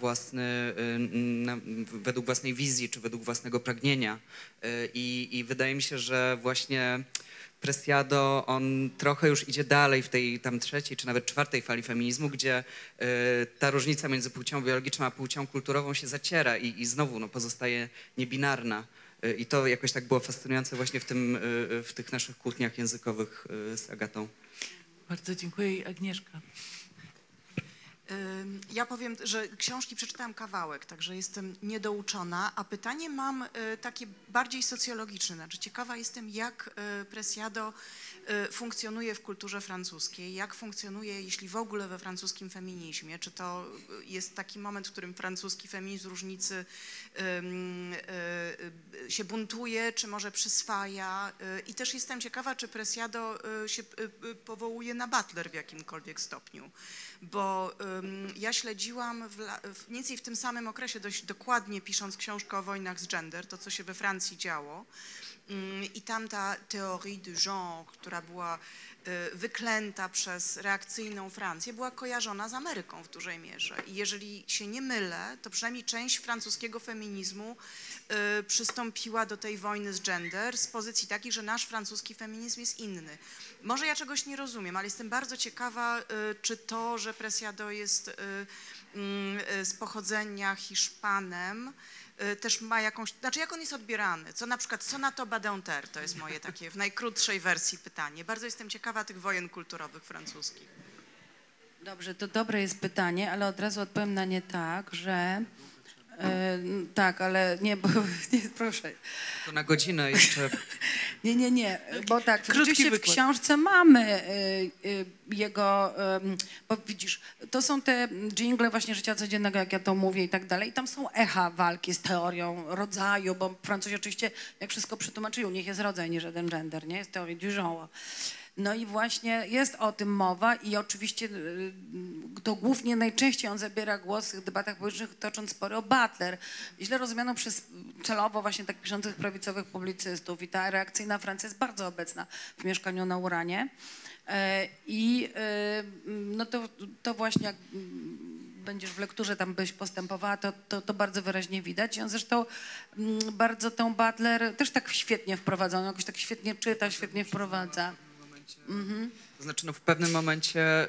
według własnej wizji, czy według własnego pragnienia. I wydaje mi się, że właśnie Preciado, on trochę już idzie dalej w tej tam trzeciej, czy nawet czwartej fali feminizmu, gdzie ta różnica między płcią biologiczną a płcią kulturową się zaciera i znowu pozostaje niebinarna. I to jakoś tak było fascynujące właśnie w tych naszych kłótniach językowych z Agatą. Bardzo dziękuję. I Agnieszka. Ja powiem, że książki przeczytałam kawałek, także jestem niedouczona, a pytanie mam takie bardziej socjologiczne. Znaczy ciekawa jestem, jak Preciado funkcjonuje w kulturze francuskiej, jak funkcjonuje, jeśli w ogóle, we francuskim feminizmie. Czy to jest taki moment, w którym francuski feminizm z różnicy się buntuje, czy może przyswaja. I też jestem ciekawa, czy Preciado się powołuje na Butler w jakimkolwiek stopniu. Bo ja śledziłam mniej więcej w tym samym okresie, dość dokładnie pisząc książkę o wojnach z gender, to co się we Francji działo. I tam ta théorie du genre, która była wyklęta przez reakcyjną Francję, była kojarzona z Ameryką w dużej mierze. I jeżeli się nie mylę, to przynajmniej część francuskiego feminizmu przystąpiła do tej wojny z gender z pozycji takiej, że nasz francuski feminizm jest inny. Może ja czegoś nie rozumiem, ale jestem bardzo ciekawa, czy to, że Preciado jest z pochodzenia Hiszpanem, też ma jakąś, znaczy jak on jest odbierany, co na przykład, co na to Badinter, to jest moje takie w najkrótszej wersji pytanie. Bardzo jestem ciekawa tych wojen kulturowych francuskich. Dobrze, to dobre jest pytanie, ale od razu odpowiem na nie tak, że tak, ale nie, bo nie, proszę. To na godzinę jeszcze. Nie, bo tak, Krótki rzeczywiście w wykład. książce mamy jego, bo widzisz, to są te dżingle właśnie życia codziennego, jak ja to mówię i tak dalej. I tam są echa walki z teorią rodzaju, bo Francuzi oczywiście, jak wszystko przetłumaczyli, u nich jest rodzaj, nie żaden gender, nie? Jest teoria du genre. No i właśnie jest o tym mowa i oczywiście to głównie najczęściej on zabiera głos w tych debatach publicznych, tocząc spory o Butler. Źle rozumiano przez celowo właśnie tak piszących prawicowych publicystów i ta reakcyjna Francja jest bardzo obecna w Mieszkaniu na Uranie. I no to właśnie jak będziesz w lekturze tam byś postępowała, to bardzo wyraźnie widać. I on zresztą bardzo tą Butler też tak świetnie wprowadza, on jakoś tak świetnie czyta, świetnie wprowadza. To znaczy, no w pewnym momencie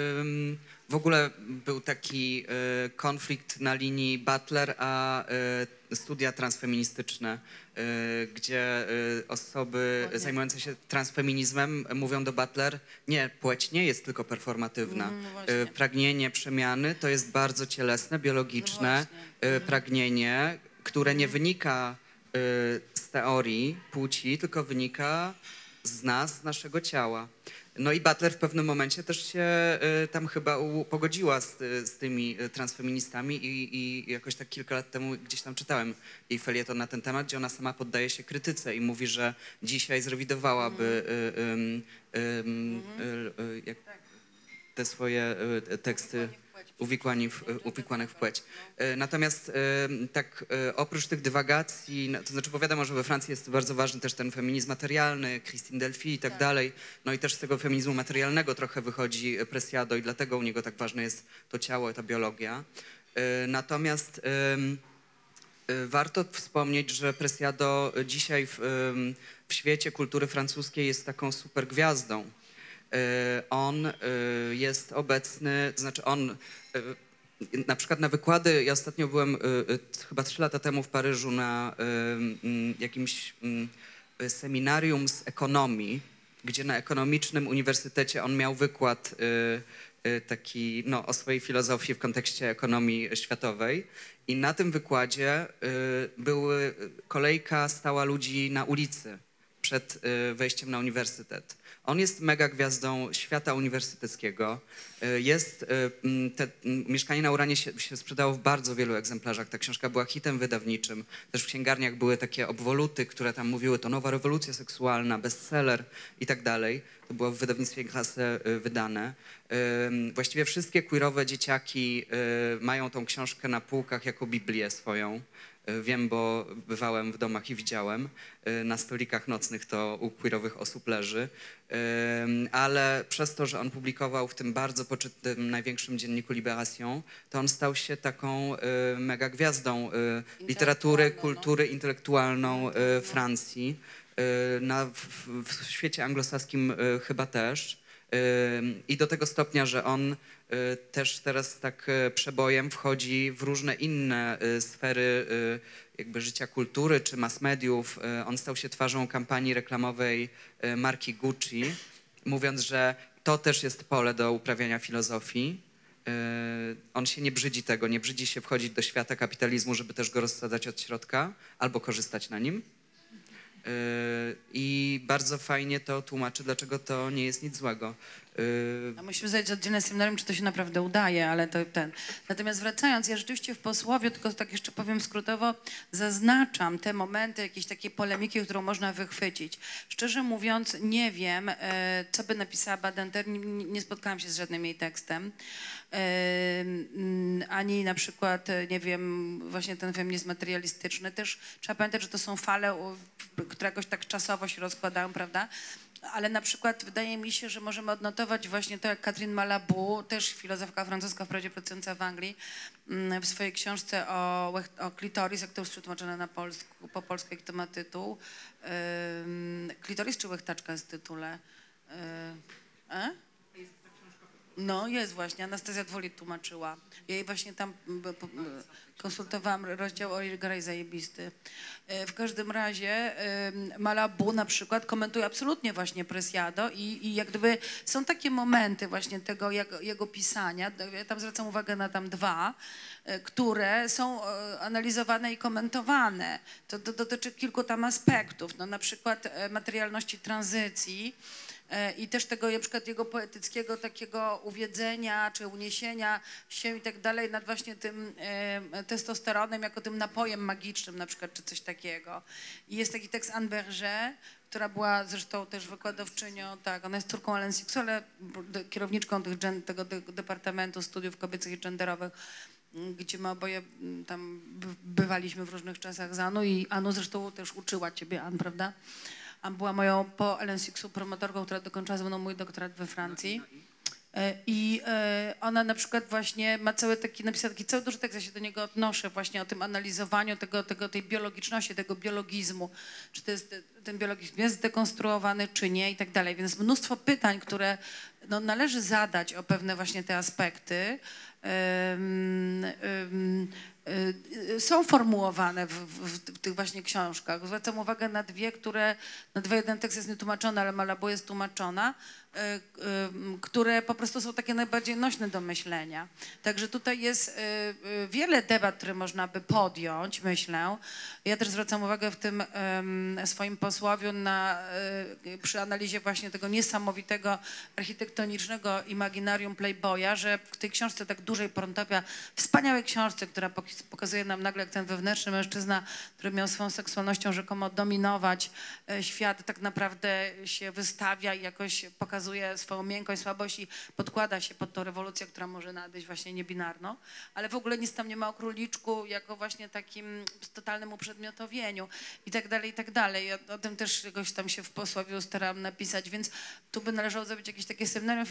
w ogóle był taki konflikt na linii Butler a studia transfeministyczne, gdzie osoby zajmujące się transfeminizmem mówią do Butler, nie, płeć nie jest tylko performatywna. Pragnienie przemiany to jest bardzo cielesne, biologiczne pragnienie, które nie wynika z teorii płci, tylko wynika z nas, z naszego ciała. No i Butler w pewnym momencie też się tam chyba pogodziła z tymi transfeministami i jakoś tak kilka lat temu gdzieś tam czytałem jej felieton na ten temat, gdzie ona sama poddaje się krytyce i mówi, że dzisiaj zrewidowałaby te swoje teksty uwikłanych w płeć. Natomiast tak oprócz tych dywagacji, no, to znaczy bo wiadomo, że we Francji jest bardzo ważny też ten feminizm materialny, Christine Delphi i tak dalej, no i też z tego feminizmu materialnego trochę wychodzi Preciado i dlatego u niego tak ważne jest to ciało, ta biologia. Natomiast Warto wspomnieć, że Preciado dzisiaj w świecie kultury francuskiej jest taką super gwiazdą. On jest obecny, to znaczy on na przykład na wykłady, ja ostatnio byłem chyba 3 lata temu w Paryżu na jakimś seminarium z ekonomii, gdzie na ekonomicznym uniwersytecie on miał wykład taki o swojej filozofii w kontekście ekonomii światowej. I na tym wykładzie były kolejka stała ludzi na ulicy przed wejściem na uniwersytet. On jest mega gwiazdą świata uniwersyteckiego. Mieszkanie na Uranie się sprzedało w bardzo wielu egzemplarzach. Ta książka była hitem wydawniczym. Też w księgarniach były takie obwoluty, które tam mówiły, to nowa rewolucja seksualna, bestseller i tak dalej. To było w wydawnictwie Grasset wydane. Właściwie wszystkie queerowe dzieciaki mają tą książkę na półkach jako Biblię swoją. Wiem, bo bywałem w domach i widziałem. Na stolikach nocnych to u queerowych osób leży. Ale przez to, że on publikował w tym bardzo poczytnym, największym dzienniku Libération, to on stał się taką mega gwiazdą literatury, kultury intelektualną Francji. W świecie anglosaskim chyba też. I do tego stopnia, że on też teraz tak przebojem wchodzi w różne inne sfery jakby życia kultury czy mass mediów. On stał się twarzą kampanii reklamowej marki Gucci, mówiąc, że to też jest pole do uprawiania filozofii. On się nie brzydzi tego, nie brzydzi się wchodzić do świata kapitalizmu, żeby też go rozsadzać od środka albo korzystać na nim. I bardzo fajnie to tłumaczy, dlaczego to nie jest nic złego. A musimy zadać oddzielne seminarium, czy to się naprawdę udaje, ale to ten. Natomiast wracając, ja rzeczywiście w posłowie, tylko tak jeszcze powiem skrótowo, zaznaczam te momenty jakiejś takiej polemiki, którą można wychwycić. Szczerze mówiąc, nie wiem, co by napisała Badinter, nie spotkałam się z żadnym jej tekstem. Ani na przykład, nie wiem, właśnie ten feminizm materialistyczny. Też trzeba pamiętać, że to są fale, które jakoś tak czasowo się rozkładają, prawda? Ale na przykład wydaje mi się, że możemy odnotować właśnie to, jak Catherine Malabou, też filozofka francuska, wprawdzie pracująca w Anglii, w swojej książce o klitoris, jak to już przetłumaczone na po polsku, jak to ma tytuł. Klitoris czy łechtaczka jest w tytule? No jest właśnie, Anastazja Dwolit tłumaczyła. Ja jej właśnie tam konsultowałam rozdział o Grey zajebisty. W każdym razie Malabou na przykład komentuje absolutnie właśnie Preciado i jak gdyby są takie momenty właśnie tego jego pisania, ja tam zwracam uwagę na tam 2, które są analizowane i komentowane. To dotyczy kilku tam aspektów, no na przykład materialności tranzycji, i też tego na przykład jego poetyckiego takiego uwiedzenia czy uniesienia się i tak dalej nad właśnie tym testosteronem jako tym napojem magicznym na przykład, czy coś takiego. I jest taki tekst Anne Berger, która była zresztą też wykładowczynią, tak, ona jest córką Alain Sixou, ale kierowniczką tego Departamentu Studiów Kobiecych i Genderowych, gdzie my oboje tam bywaliśmy w różnych czasach z Anu i Anu zresztą też uczyła ciebie, Ann, prawda? Była moją po Alain Sixou promotorką, która dokończyła ze mną mój doktorat we Francji. I ona na przykład właśnie ma napisała taki cały duży tekst, ja się do niego odnoszę właśnie o tym analizowaniu tej biologiczności, tego biologizmu. Czy to jest, ten biologizm jest zdekonstruowany, czy nie i tak dalej. Więc mnóstwo pytań, które no, należy zadać o pewne właśnie te aspekty, są formułowane w tych właśnie książkach. Zwracam uwagę na 2, jeden tekst jest nietłumaczony, ale Malabou jest tłumaczona, które po prostu są takie najbardziej nośne do myślenia. Także tutaj jest wiele debat, które można by podjąć, myślę. Ja też zwracam uwagę w tym swoim posłowiu przy analizie właśnie tego niesamowitego architektonicznego imaginarium Playboya, że w tej książce tak dużej Porntopia, wspaniałej książce, która pokazuje nam nagle, jak ten wewnętrzny mężczyzna, który miał swoją seksualnością rzekomo dominować świat, tak naprawdę się wystawia i jakoś pokazuje swoją miękkość, słabość i podkłada się pod tą rewolucję, która może nadejść właśnie niebinarną, ale w ogóle nic tam nie ma o króliczku jako właśnie takim totalnym uprzedmiotowieniu i tak dalej, i tak dalej. Ja o tym też jakoś tam się w posłowiu starałam napisać, więc tu by należało zrobić jakieś takie seminarium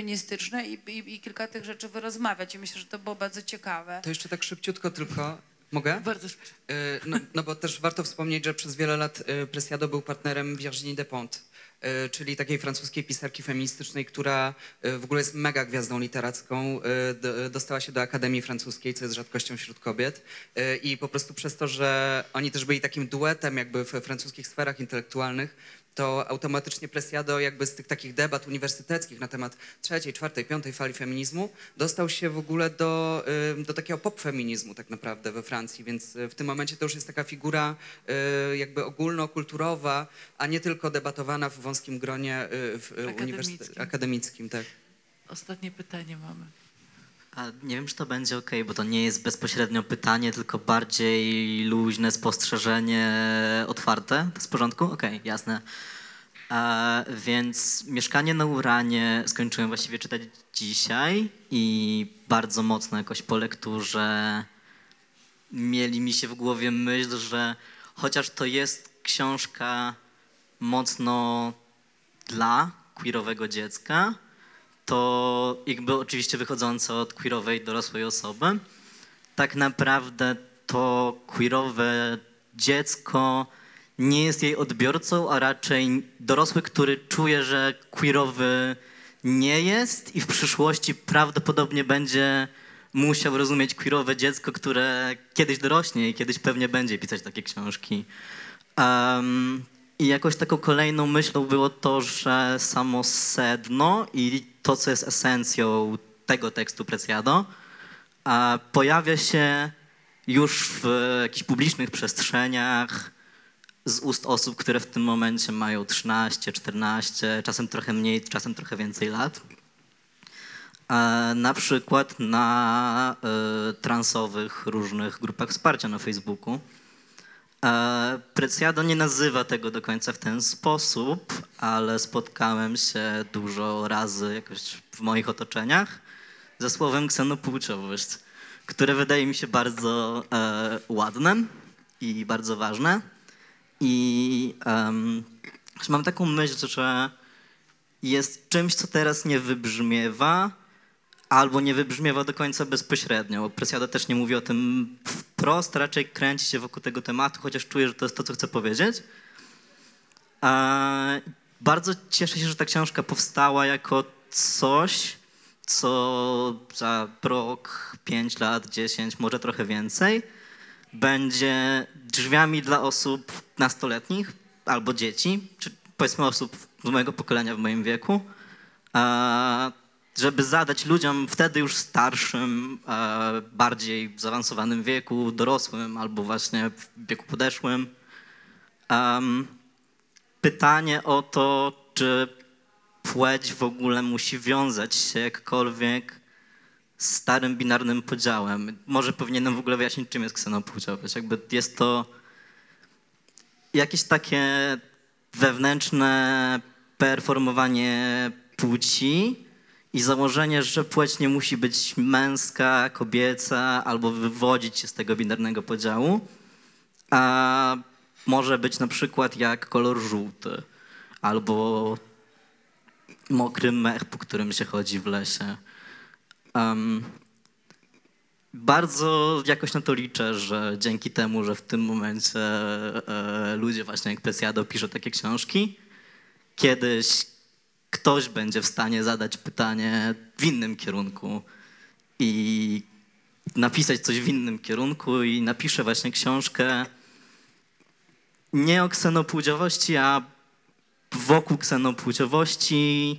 feministyczne i kilka tych rzeczy wyrozmawiać i myślę, że to było bardzo ciekawe. To jeszcze tak szybciutko tylko, Mogę? Bardzo szybko. No bo też warto wspomnieć, że przez wiele lat Preciado był partnerem Virginie Despentes, czyli takiej francuskiej pisarki feministycznej, która w ogóle jest mega gwiazdą literacką, dostała się do Akademii Francuskiej, co jest rzadkością wśród kobiet i po prostu przez to, że oni też byli takim duetem jakby w francuskich sferach intelektualnych, to automatycznie Preciado jakby z tych takich debat uniwersyteckich na temat trzeciej, czwartej, piątej fali feminizmu dostał się w ogóle do takiego pop-feminizmu tak naprawdę we Francji, więc w tym momencie to już jest taka figura jakby ogólnokulturowa, a nie tylko debatowana w wąskim gronie akademickim. Tak. Ostatnie pytanie mamy. A nie wiem, czy to będzie okej, bo to nie jest bezpośrednio pytanie, tylko bardziej luźne spostrzeżenie otwarte. To jest w porządku? Okej, jasne. Więc Mieszkanie na Uranie skończyłem właściwie czytać dzisiaj i bardzo mocno jakoś po lekturze mieli mi się w głowie myśl, że chociaż to jest książka mocno dla queerowego dziecka, to jakby oczywiście wychodząca od queerowej dorosłej osoby, tak naprawdę to queerowe dziecko nie jest jej odbiorcą, a raczej dorosły, który czuje, że queerowy nie jest i w przyszłości prawdopodobnie będzie musiał rozumieć queerowe dziecko, które kiedyś dorośnie i kiedyś pewnie będzie pisać takie książki. I jakoś taką kolejną myślą było to, że samo sedno i to, co jest esencją tego tekstu Preciado, pojawia się już w jakichś publicznych przestrzeniach z ust osób, które w tym momencie mają 13, 14, czasem trochę mniej, czasem trochę więcej lat. Na przykład na transowych różnych grupach wsparcia na Facebooku. Preciado nie nazywa tego do końca w ten sposób, ale spotkałem się dużo razy jakoś w moich otoczeniach ze słowem ksenopłciowość, które wydaje mi się bardzo ładne i bardzo ważne. I mam taką myśl, że jest czymś, co teraz nie wybrzmiewa, albo nie wybrzmiewa do końca bezpośrednio. Preciado też nie mówi o tym wprost, raczej kręci się wokół tego tematu, chociaż czuję, że to jest to, co chcę powiedzieć. Bardzo cieszę się, że ta książka powstała jako coś, co za rok, 5 lat, 10, może trochę więcej, będzie drzwiami dla osób nastoletnich albo dzieci, czy powiedzmy osób z mojego pokolenia w moim wieku, żeby zadać ludziom wtedy już starszym, bardziej zaawansowanym wieku, dorosłym albo właśnie w wieku podeszłym, pytanie o to, czy płeć w ogóle musi wiązać się jakkolwiek z starym binarnym podziałem. Może powinienem w ogóle wyjaśnić, czym jest ksenopłciowość. Jakby jest to jakieś takie wewnętrzne performowanie płci i założenie, że płeć nie musi być męska, kobieca albo wywodzić się z tego binarnego podziału, a może być na przykład jak kolor żółty albo mokry mech, po którym się chodzi w lesie. Bardzo jakoś na to liczę, że dzięki temu, że w tym momencie ludzie właśnie jak Preciado piszą takie książki, kiedyś ktoś będzie w stanie zadać pytanie w innym kierunku i napisać coś w innym kierunku i napisze właśnie książkę nie o ksenopłciowości, a wokół ksenopłciowości,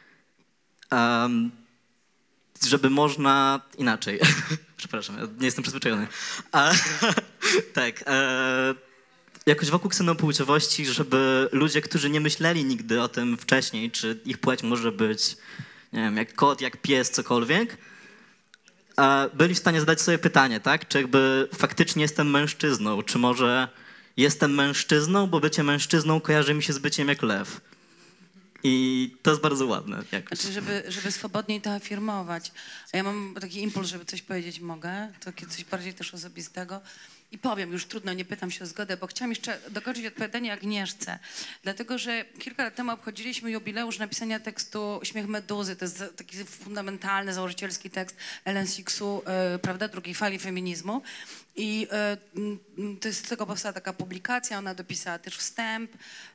żeby można inaczej. Przepraszam, ja nie jestem przyzwyczajony. Tak, jakoś wokół ksenopłciowości, żeby ludzie, którzy nie myśleli nigdy o tym wcześniej, czy ich płeć może być, nie wiem, jak kot, jak pies, cokolwiek, byli w stanie zadać sobie pytanie, tak? Czy jakby faktycznie jestem mężczyzną, czy może jestem mężczyzną, bo bycie mężczyzną kojarzy mi się z byciem jak lew. I to jest bardzo ładne jakoś. Znaczy, żeby swobodniej to afirmować. A ja mam taki impuls, żeby coś powiedzieć mogę, takie coś bardziej też osobistego. I powiem, już trudno, nie pytam się o zgodę, bo chciałam jeszcze dokończyć odpowiadanie Agnieszce. Dlatego, że kilka lat temu obchodziliśmy jubileusz napisania tekstu Śmiech Meduzy. To jest taki fundamentalny, założycielski tekst Ellen Sixu, prawda, drugiej fali feminizmu. I to jest, z tego powstała taka publikacja, ona dopisała też wstęp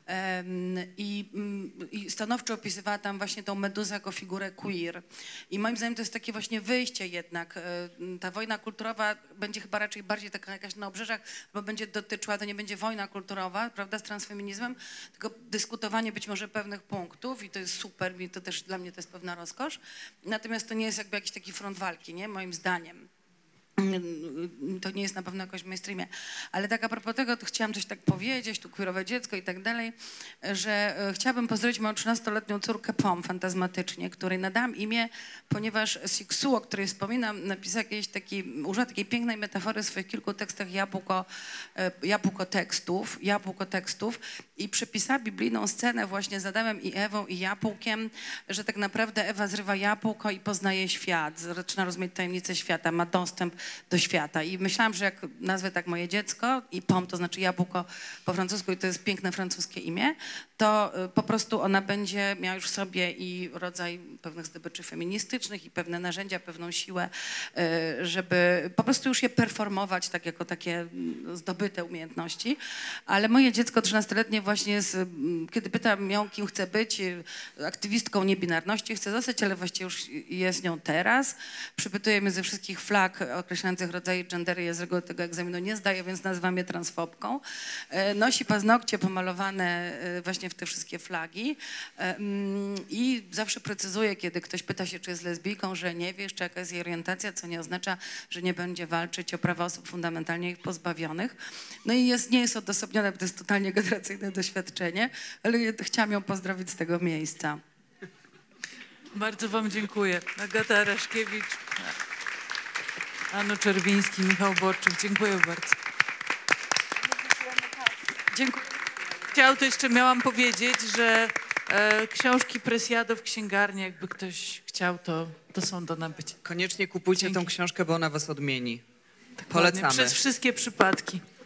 i stanowczo opisywała tam właśnie tą meduzę jako figurę queer. I moim zdaniem to jest takie właśnie wyjście jednak. Ta wojna kulturowa będzie chyba raczej bardziej taka jakaś na obrzeżach, bo będzie dotyczyła, to nie będzie wojna kulturowa, prawda, z transfeminizmem, tylko dyskutowanie być może pewnych punktów i to jest super, i to też dla mnie to jest pewna rozkosz. Natomiast to nie jest jakby jakiś taki front walki, nie, moim zdaniem. To nie jest na pewno jakoś w mainstreamie. Ale tak a propos tego, to chciałam coś tak powiedzieć, tu queerowe dziecko i tak dalej, że chciałabym pozdrowić moją 13-letnią córkę Pom fantazmatycznie, której nadałam imię, ponieważ Siksu, o której wspominam, napisała kiedyś użyła takiej pięknej metafory w swoich kilku tekstach jabłko tekstów i przypisała biblijną scenę właśnie z Adamem i Ewą i jabłkiem, że tak naprawdę Ewa zrywa jabłko i poznaje świat, zaczyna rozumieć tajemnicę świata, ma dostęp do świata. I myślałam, że jak nazwę tak moje dziecko i Pom, to znaczy jabłko po francusku i to jest piękne francuskie imię, to po prostu ona będzie miała już w sobie i rodzaj pewnych zdobyczy feministycznych i pewne narzędzia, pewną siłę, żeby po prostu już je performować tak jako takie zdobyte umiejętności. Ale moje dziecko 13-letnie właśnie jest, kiedy pytam ją, kim chce być, aktywistką niebinarności chce zostać, ale właściwie już jest nią teraz. Przypytuje mnie ze wszystkich flag określających rodzaje gendery, ja z reguły tego egzaminu nie zdaję, więc nazywam je transfobką. Nosi paznokcie pomalowane właśnie w te wszystkie flagi i zawsze precyzuje, kiedy ktoś pyta się, czy jest lesbijką, że nie wie jeszcze, jaka jest jej orientacja, co nie oznacza, że nie będzie walczyć o prawa osób fundamentalnie ich pozbawionych. No i nie jest odosobnione, bo to jest totalnie generacyjne doświadczenie, ale chciałam ją pozdrowić z tego miejsca. Bardzo wam dziękuję. Agata Araszkiewicz, Anu Czerwiński, Michał Borczuk. Dziękuję bardzo. Dziękuję. Miałam powiedzieć, że książki Presiado w księgarni, jakby ktoś chciał, to są do nabycia. Koniecznie kupujcie tą książkę, bo ona was odmieni. Polecamy. Przez wszystkie przypadki.